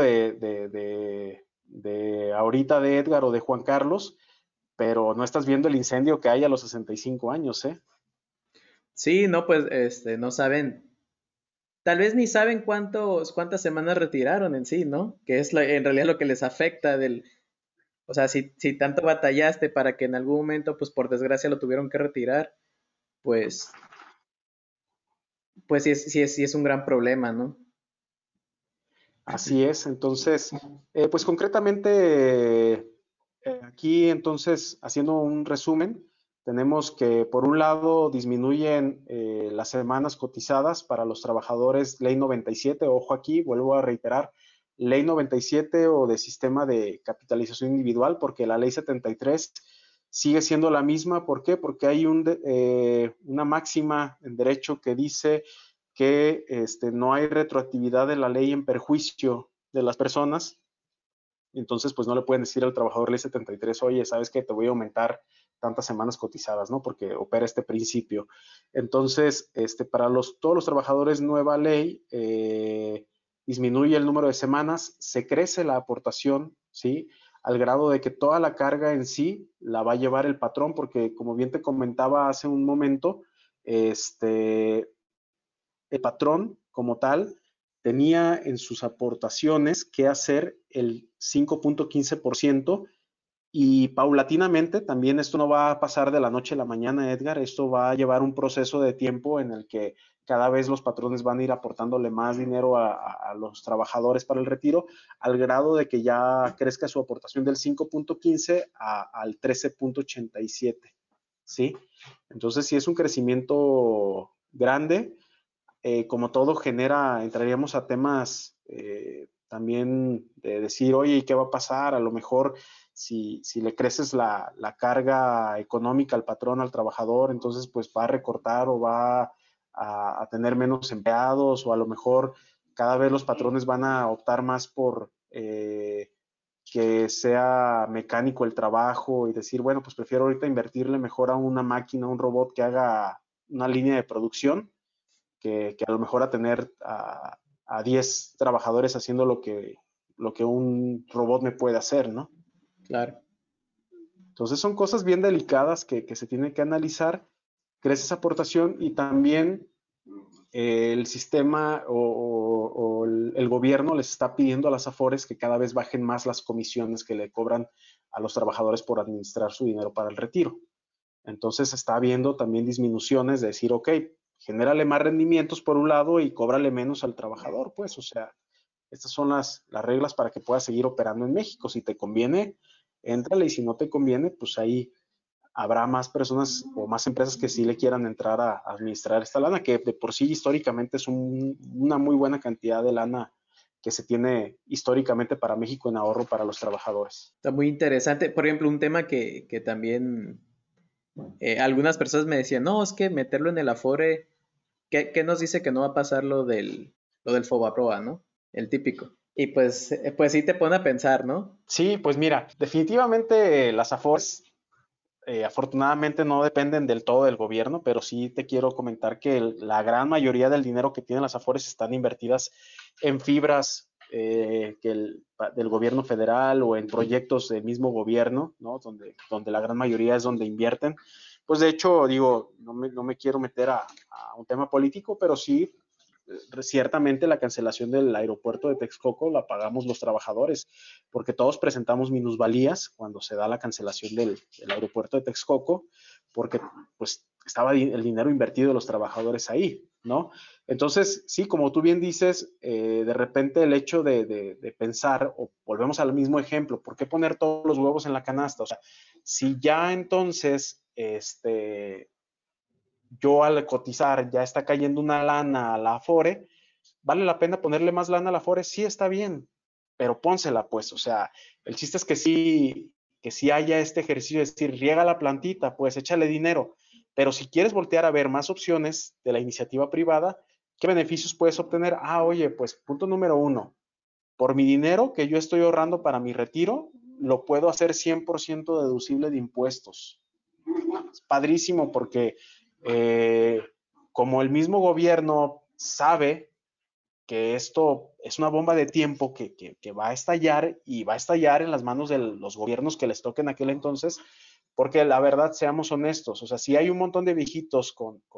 de ahorita de Edgar o de Juan Carlos, pero no estás viendo el incendio que hay a los 65 años, ¿eh? Sí, no, pues, no saben, tal vez ni saben cuántas semanas retiraron en sí, ¿no? Que es en realidad lo que les afecta o sea, si tanto batallaste para que en algún momento, pues por desgracia lo tuvieron que retirar, pues, pues sí es un gran problema, ¿no? Así es, entonces, pues concretamente, aquí entonces, haciendo un resumen, tenemos que por un lado disminuyen las semanas cotizadas para los trabajadores ley 97, ojo aquí, vuelvo a reiterar, ley 97 o de sistema de capitalización individual, porque la ley 73 sigue siendo la misma, ¿por qué? Porque hay una máxima en derecho que dice que no hay retroactividad de la ley en perjuicio de las personas, entonces pues no le pueden decir al trabajador ley 73, oye, ¿sabes qué? Te voy a aumentar tantas semanas cotizadas, ¿no? Porque opera este principio. Entonces, para todos los trabajadores nueva ley, disminuye el número de semanas, se crece la aportación, ¿sí? Al grado de que toda la carga en sí la va a llevar el patrón, porque como bien te comentaba hace un momento, el patrón como tal tenía en sus aportaciones que hacer el 5.15% y paulatinamente, también esto no va a pasar de la noche a la mañana, Edgar, esto va a llevar un proceso de tiempo en el que cada vez los patrones van a ir aportándole más dinero a los trabajadores para el retiro, al grado de que ya crezca su aportación del 5.15 al 13.87, ¿sí? Entonces, sí es un crecimiento grande. Como todo genera, entraríamos a temas también de decir, oye, ¿y qué va a pasar? A lo mejor si le creces la carga económica al patrón, al trabajador, entonces pues va a recortar o va a tener menos empleados, o a lo mejor cada vez los patrones van a optar más por que sea mecánico el trabajo y decir, bueno, pues prefiero ahorita invertirle mejor a una máquina, a un robot que haga una línea de producción, que a lo mejor a tener a 10 trabajadores haciendo lo que un robot me puede hacer, ¿no? Claro. Entonces son cosas bien delicadas que se tienen que analizar. Crece esa aportación y también el sistema o el gobierno les está pidiendo a las AFORES que cada vez bajen más las comisiones que le cobran a los trabajadores por administrar su dinero para el retiro. Entonces está habiendo también disminuciones de decir, ok, genérale más rendimientos por un lado y cóbrale menos al trabajador, pues, o sea, estas son las reglas para que puedas seguir operando en México. Si te conviene, éntrale, y si no te conviene, pues ahí habrá más personas o más empresas que sí le quieran entrar a administrar esta lana, que de por sí históricamente es una muy buena cantidad de lana que se tiene históricamente para México en ahorro para los trabajadores. Está muy interesante. Por ejemplo, un tema que también algunas personas me decían, no, es que meterlo en el Afore, ¿qué nos dice que no va a pasar lo del Fobaproa, ¿no? El típico. Y pues sí te pone a pensar, ¿no? Sí, pues mira, definitivamente las AFORES afortunadamente no dependen del todo del gobierno, pero sí te quiero comentar que la gran mayoría del dinero que tienen las AFORES están invertidas en fibras del gobierno federal o en proyectos del mismo gobierno, ¿no? Donde la gran mayoría es donde invierten. Pues de hecho, digo, no me quiero meter a un tema político, pero sí, ciertamente la cancelación del aeropuerto de Texcoco la pagamos los trabajadores, porque todos presentamos minusvalías cuando se da la cancelación del aeropuerto de Texcoco, porque pues estaba el dinero invertido de los trabajadores ahí, ¿no? Entonces, sí, como tú bien dices, de repente el hecho de pensar, o volvemos al mismo ejemplo, ¿por qué poner todos los huevos en la canasta? O sea, si ya entonces, yo al cotizar ya está cayendo una lana a la Afore, ¿vale la pena ponerle más lana a la Afore? Sí, está bien, pero pónsela pues, o sea, el chiste es que sí haya este ejercicio de decir, riega la plantita, pues échale dinero, pero si quieres voltear a ver más opciones de la iniciativa privada, ¿qué beneficios puedes obtener? Ah, oye, pues punto número uno, por mi dinero que yo estoy ahorrando para mi retiro, lo puedo hacer 100% deducible de impuestos. Es padrísimo porque eh, como el mismo gobierno sabe que esto es una bomba de tiempo que va a estallar, y va a estallar en las manos de los gobiernos que les toquen aquel entonces, porque la verdad, seamos honestos, o sea, si hay un montón de viejitos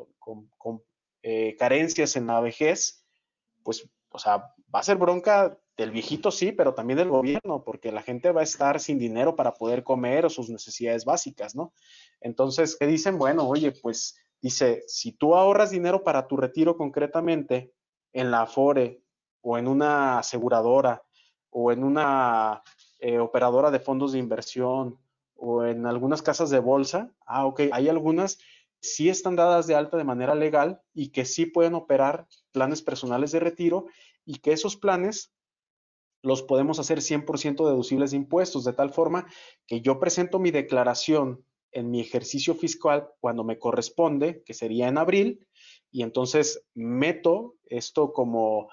con carencias en la vejez, pues, o sea, va a ser bronca del viejito, sí, pero también del gobierno, porque la gente va a estar sin dinero para poder comer o sus necesidades básicas, ¿no? Entonces, ¿qué dicen? Bueno, oye, pues dice, si tú ahorras dinero para tu retiro concretamente en la Afore o en una aseguradora o en una operadora de fondos de inversión o en algunas casas de bolsa, ok, hay algunas sí están dadas de alta de manera legal y que sí pueden operar planes personales de retiro, y que esos planes los podemos hacer 100% deducibles de impuestos, de tal forma que yo presento mi declaración en mi ejercicio fiscal cuando me corresponde, que sería en abril, y entonces meto esto como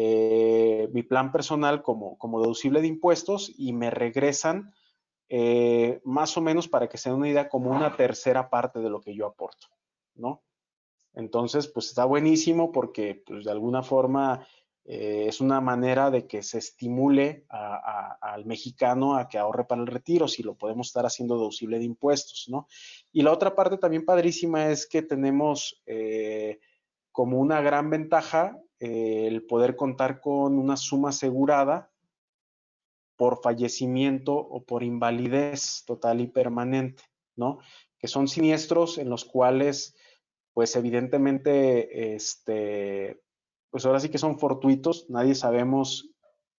mi plan personal como deducible de impuestos, y me regresan más o menos, para que se den una idea, como una tercera parte de lo que yo aporto, ¿no? Entonces, pues está buenísimo porque pues, de alguna forma es una manera de que se estimule al mexicano a que ahorre para el retiro, si lo podemos estar haciendo deducible de impuestos, ¿no? Y la otra parte también padrísima es que tenemos como una gran ventaja el poder contar con una suma asegurada por fallecimiento o por invalidez total y permanente, ¿no? Que son siniestros en los cuales pues evidentemente, pues ahora sí que son fortuitos, nadie sabemos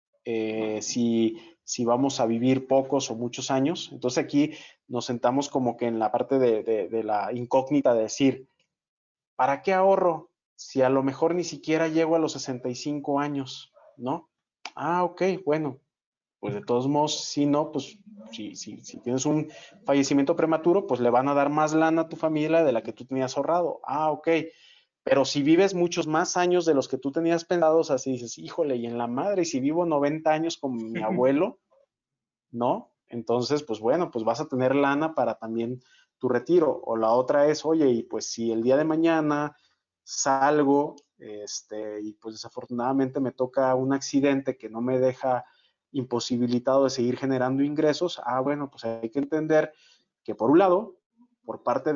si vamos a vivir pocos o muchos años. Entonces aquí nos sentamos como que en la parte de la incógnita de decir, ¿para qué ahorro si a lo mejor ni siquiera llego a los 65 años? ¿No? Ah, ok, bueno, pues de todos modos, si no, pues si tienes un fallecimiento prematuro, pues le van a dar más lana a tu familia de la que tú tenías ahorrado. Ah, ok. Pero si vives muchos más años de los que tú tenías pensados, así dices, híjole, y en la madre, y si vivo 90 años como mi abuelo, ¿no? Entonces, pues bueno, pues vas a tener lana para también tu retiro. O la otra es, oye, y pues si el día de mañana salgo, y pues desafortunadamente me toca un accidente que no me deja imposibilitado de seguir generando ingresos, bueno, pues hay que entender que por un lado, por parte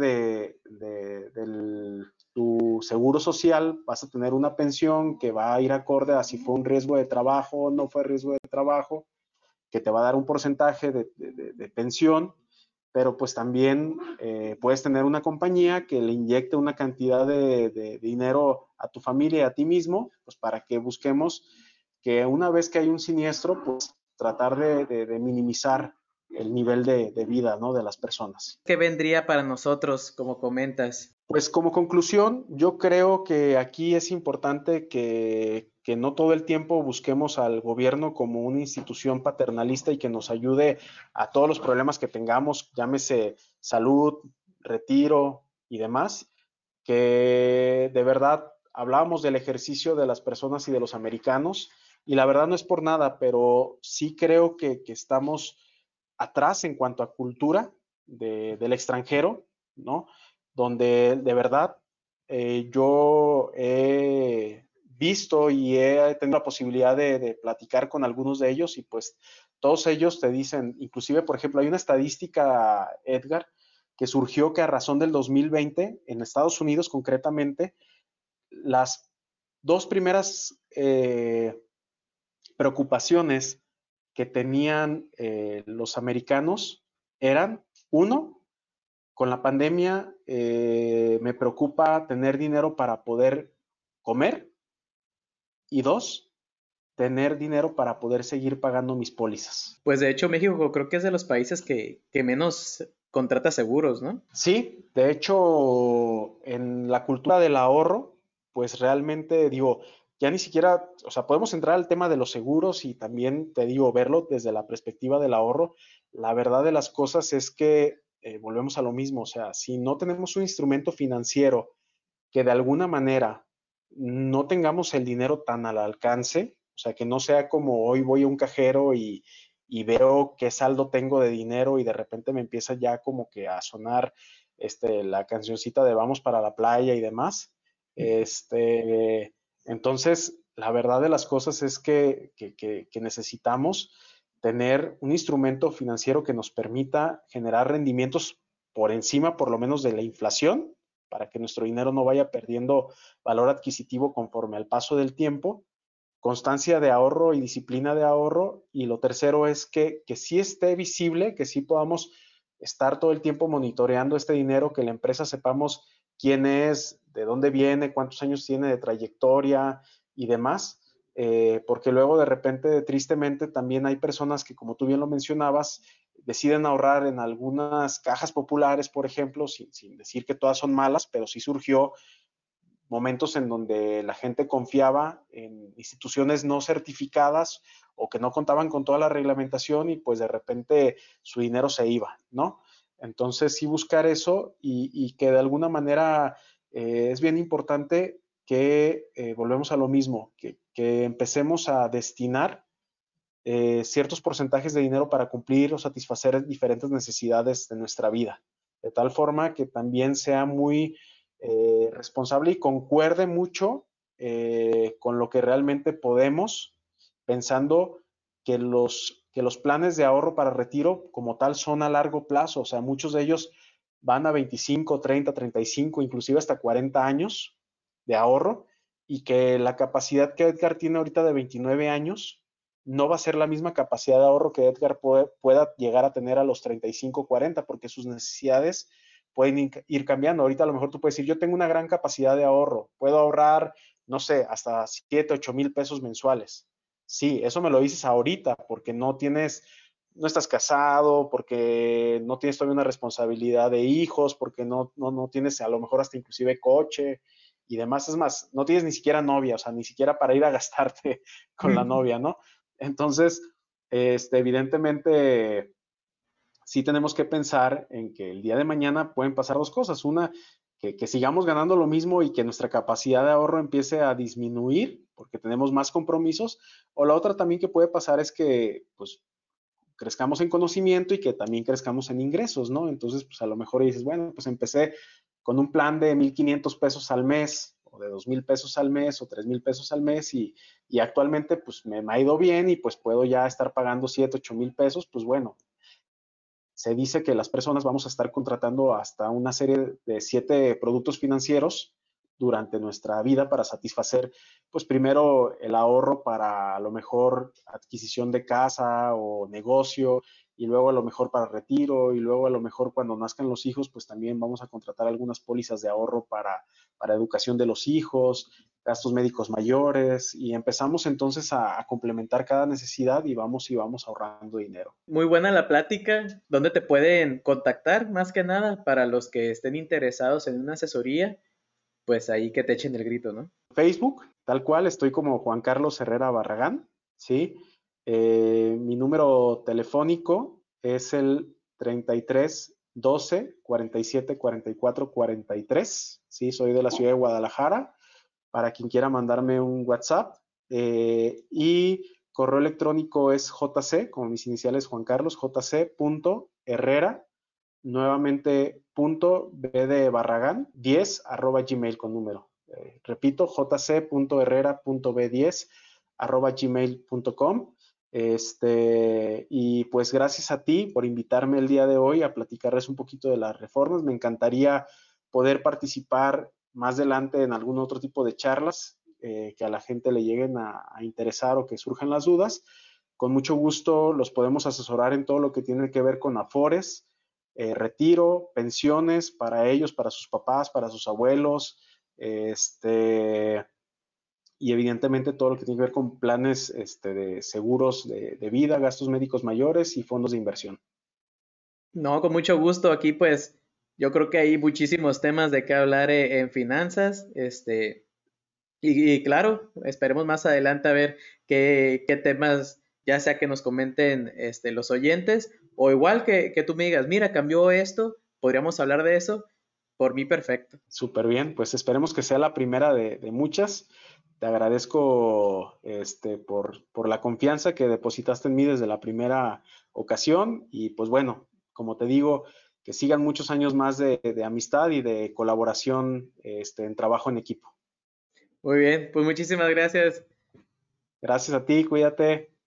de tu seguro social, vas a tener una pensión que va a ir acorde a si fue un riesgo de trabajo o no fue riesgo de trabajo, que te va a dar un porcentaje de pensión, pero pues también puedes tener una compañía que le inyecte una cantidad de dinero a tu familia y a ti mismo, pues para que busquemos que una vez que hay un siniestro, pues tratar de minimizar el nivel de vida, ¿no? De las personas. ¿Qué vendría para nosotros, como comentas? Pues como conclusión, yo creo que aquí es importante que no todo el tiempo busquemos al gobierno como una institución paternalista y que nos ayude a todos los problemas que tengamos, llámese salud, retiro y demás, que de verdad hablábamos del ejercicio de las personas y de los americanos, y la verdad no es por nada, pero sí creo que estamos atrás en cuanto a cultura del extranjero, ¿no? Donde de verdad yo he visto y he tenido la posibilidad de platicar con algunos de ellos y pues todos ellos te dicen, inclusive por ejemplo hay una estadística, Edgar, que surgió que a razón del 2020 en Estados Unidos concretamente, las dos primeras preocupaciones que tenían los americanos eran, uno, con la pandemia me preocupa tener dinero para poder comer, y dos, tener dinero para poder seguir pagando mis pólizas. Pues de hecho México creo que es de los países que menos contrata seguros, ¿no? Sí, de hecho, en la cultura del ahorro, pues realmente digo, ya ni siquiera, o sea, podemos entrar al tema de los seguros y también te digo, verlo desde la perspectiva del ahorro. La verdad de las cosas es que volvemos a lo mismo, o sea, si no tenemos un instrumento financiero que de alguna manera no tengamos el dinero tan al alcance, o sea, que no sea como hoy voy a un cajero y veo qué saldo tengo de dinero y de repente me empieza ya como que a sonar la cancioncita de vamos para la playa y demás. Entonces, la verdad de las cosas es que necesitamos tener un instrumento financiero que nos permita generar rendimientos por encima, por lo menos, de la inflación, para que nuestro dinero no vaya perdiendo valor adquisitivo conforme al paso del tiempo, constancia de ahorro y disciplina de ahorro, y lo tercero es que sí esté visible, que sí podamos estar todo el tiempo monitoreando este dinero, que la empresa sepamos quién es, de dónde viene, cuántos años tiene de trayectoria y demás, porque luego de repente, tristemente, también hay personas que, como tú bien lo mencionabas, deciden ahorrar en algunas cajas populares, por ejemplo, sin decir que todas son malas, pero sí surgió momentos en donde la gente confiaba en instituciones no certificadas o que no contaban con toda la reglamentación y pues de repente su dinero se iba, ¿no? Entonces sí buscar eso y que de alguna manera es bien importante que volvemos a lo mismo, que empecemos a destinar ciertos porcentajes de dinero para cumplir o satisfacer diferentes necesidades de nuestra vida, de tal forma que también sea muy responsable y concuerde mucho con lo que realmente podemos, pensando que los planes de ahorro para retiro como tal son a largo plazo, o sea, muchos de ellos van a 25, 30, 35, inclusive hasta 40 años de ahorro, y que la capacidad que Edgar tiene ahorita de 29 años no va a ser la misma capacidad de ahorro que Edgar pueda llegar a tener a los 35 o 40, porque sus necesidades pueden ir cambiando. Ahorita a lo mejor tú puedes decir, yo tengo una gran capacidad de ahorro, puedo ahorrar, no sé, hasta 7, 8 mil pesos mensuales. Sí, eso me lo dices ahorita porque no estás casado, porque no tienes todavía una responsabilidad de hijos, porque no tienes a lo mejor hasta inclusive coche y demás. Es más, no tienes ni siquiera novia, o sea, ni siquiera para ir a gastarte con la novia, ¿no? Entonces, evidentemente, sí tenemos que pensar en que el día de mañana pueden pasar dos cosas. Una, que sigamos ganando lo mismo y que nuestra capacidad de ahorro empiece a disminuir porque tenemos más compromisos. O la otra también que puede pasar es que, pues, crezcamos en conocimiento y que también crezcamos en ingresos, ¿no? Entonces, pues a lo mejor dices, bueno, pues empecé con un plan de 1,500 pesos al mes o de 2,000 pesos al mes o 3,000 pesos al mes y actualmente pues me ha ido bien y pues puedo ya estar pagando 7, 8,000 pesos, pues bueno, se dice que las personas vamos a estar contratando hasta una serie de 7 productos financieros durante nuestra vida para satisfacer, pues primero el ahorro para a lo mejor adquisición de casa o negocio, y luego a lo mejor para retiro, y luego a lo mejor cuando nazcan los hijos, pues también vamos a contratar algunas pólizas de ahorro para educación de los hijos, gastos médicos mayores, y empezamos entonces a complementar cada necesidad y vamos ahorrando dinero. Muy buena la plática. ¿Dónde te pueden contactar? Más que nada, para los que estén interesados en una asesoría, pues ahí que te echen el grito, ¿no? Facebook, tal cual, estoy como Juan Carlos Herrera Barragán, ¿sí? Mi número telefónico es el 33 12 47 44 43, ¿sí? Soy de la ciudad de Guadalajara, para quien quiera mandarme un WhatsApp. Y correo electrónico es jc, como mis iniciales Juan Carlos, jc.herrera, nuevamente punto b de Barragán 10 arroba gmail con número. Repito, jc.herrera.b10 arroba gmail.com. Y pues gracias a ti por invitarme el día de hoy a platicarles un poquito de las reformas. Me encantaría poder participar más adelante en algún otro tipo de charlas que a la gente le lleguen a interesar o que surjan las dudas. Con mucho gusto los podemos asesorar en todo lo que tiene que ver con Afores, retiro, pensiones para ellos, para sus papás, para sus abuelos, y evidentemente todo lo que tiene que ver con planes de seguros de vida, gastos médicos mayores y fondos de inversión. No, con mucho gusto. Aquí, pues, yo creo que hay muchísimos temas de qué hablar en finanzas. Y claro, esperemos más adelante a ver qué temas, ya sea que nos comenten los oyentes, o igual que tú me digas, mira, cambió esto, podríamos hablar de eso. Por mí, perfecto. Súper bien, pues esperemos que sea la primera de muchas. Te agradezco por la confianza que depositaste en mí desde la primera ocasión y pues bueno, como te digo, que sigan muchos años más de amistad y de colaboración en trabajo en equipo. Muy bien, pues muchísimas gracias. Gracias a ti, cuídate.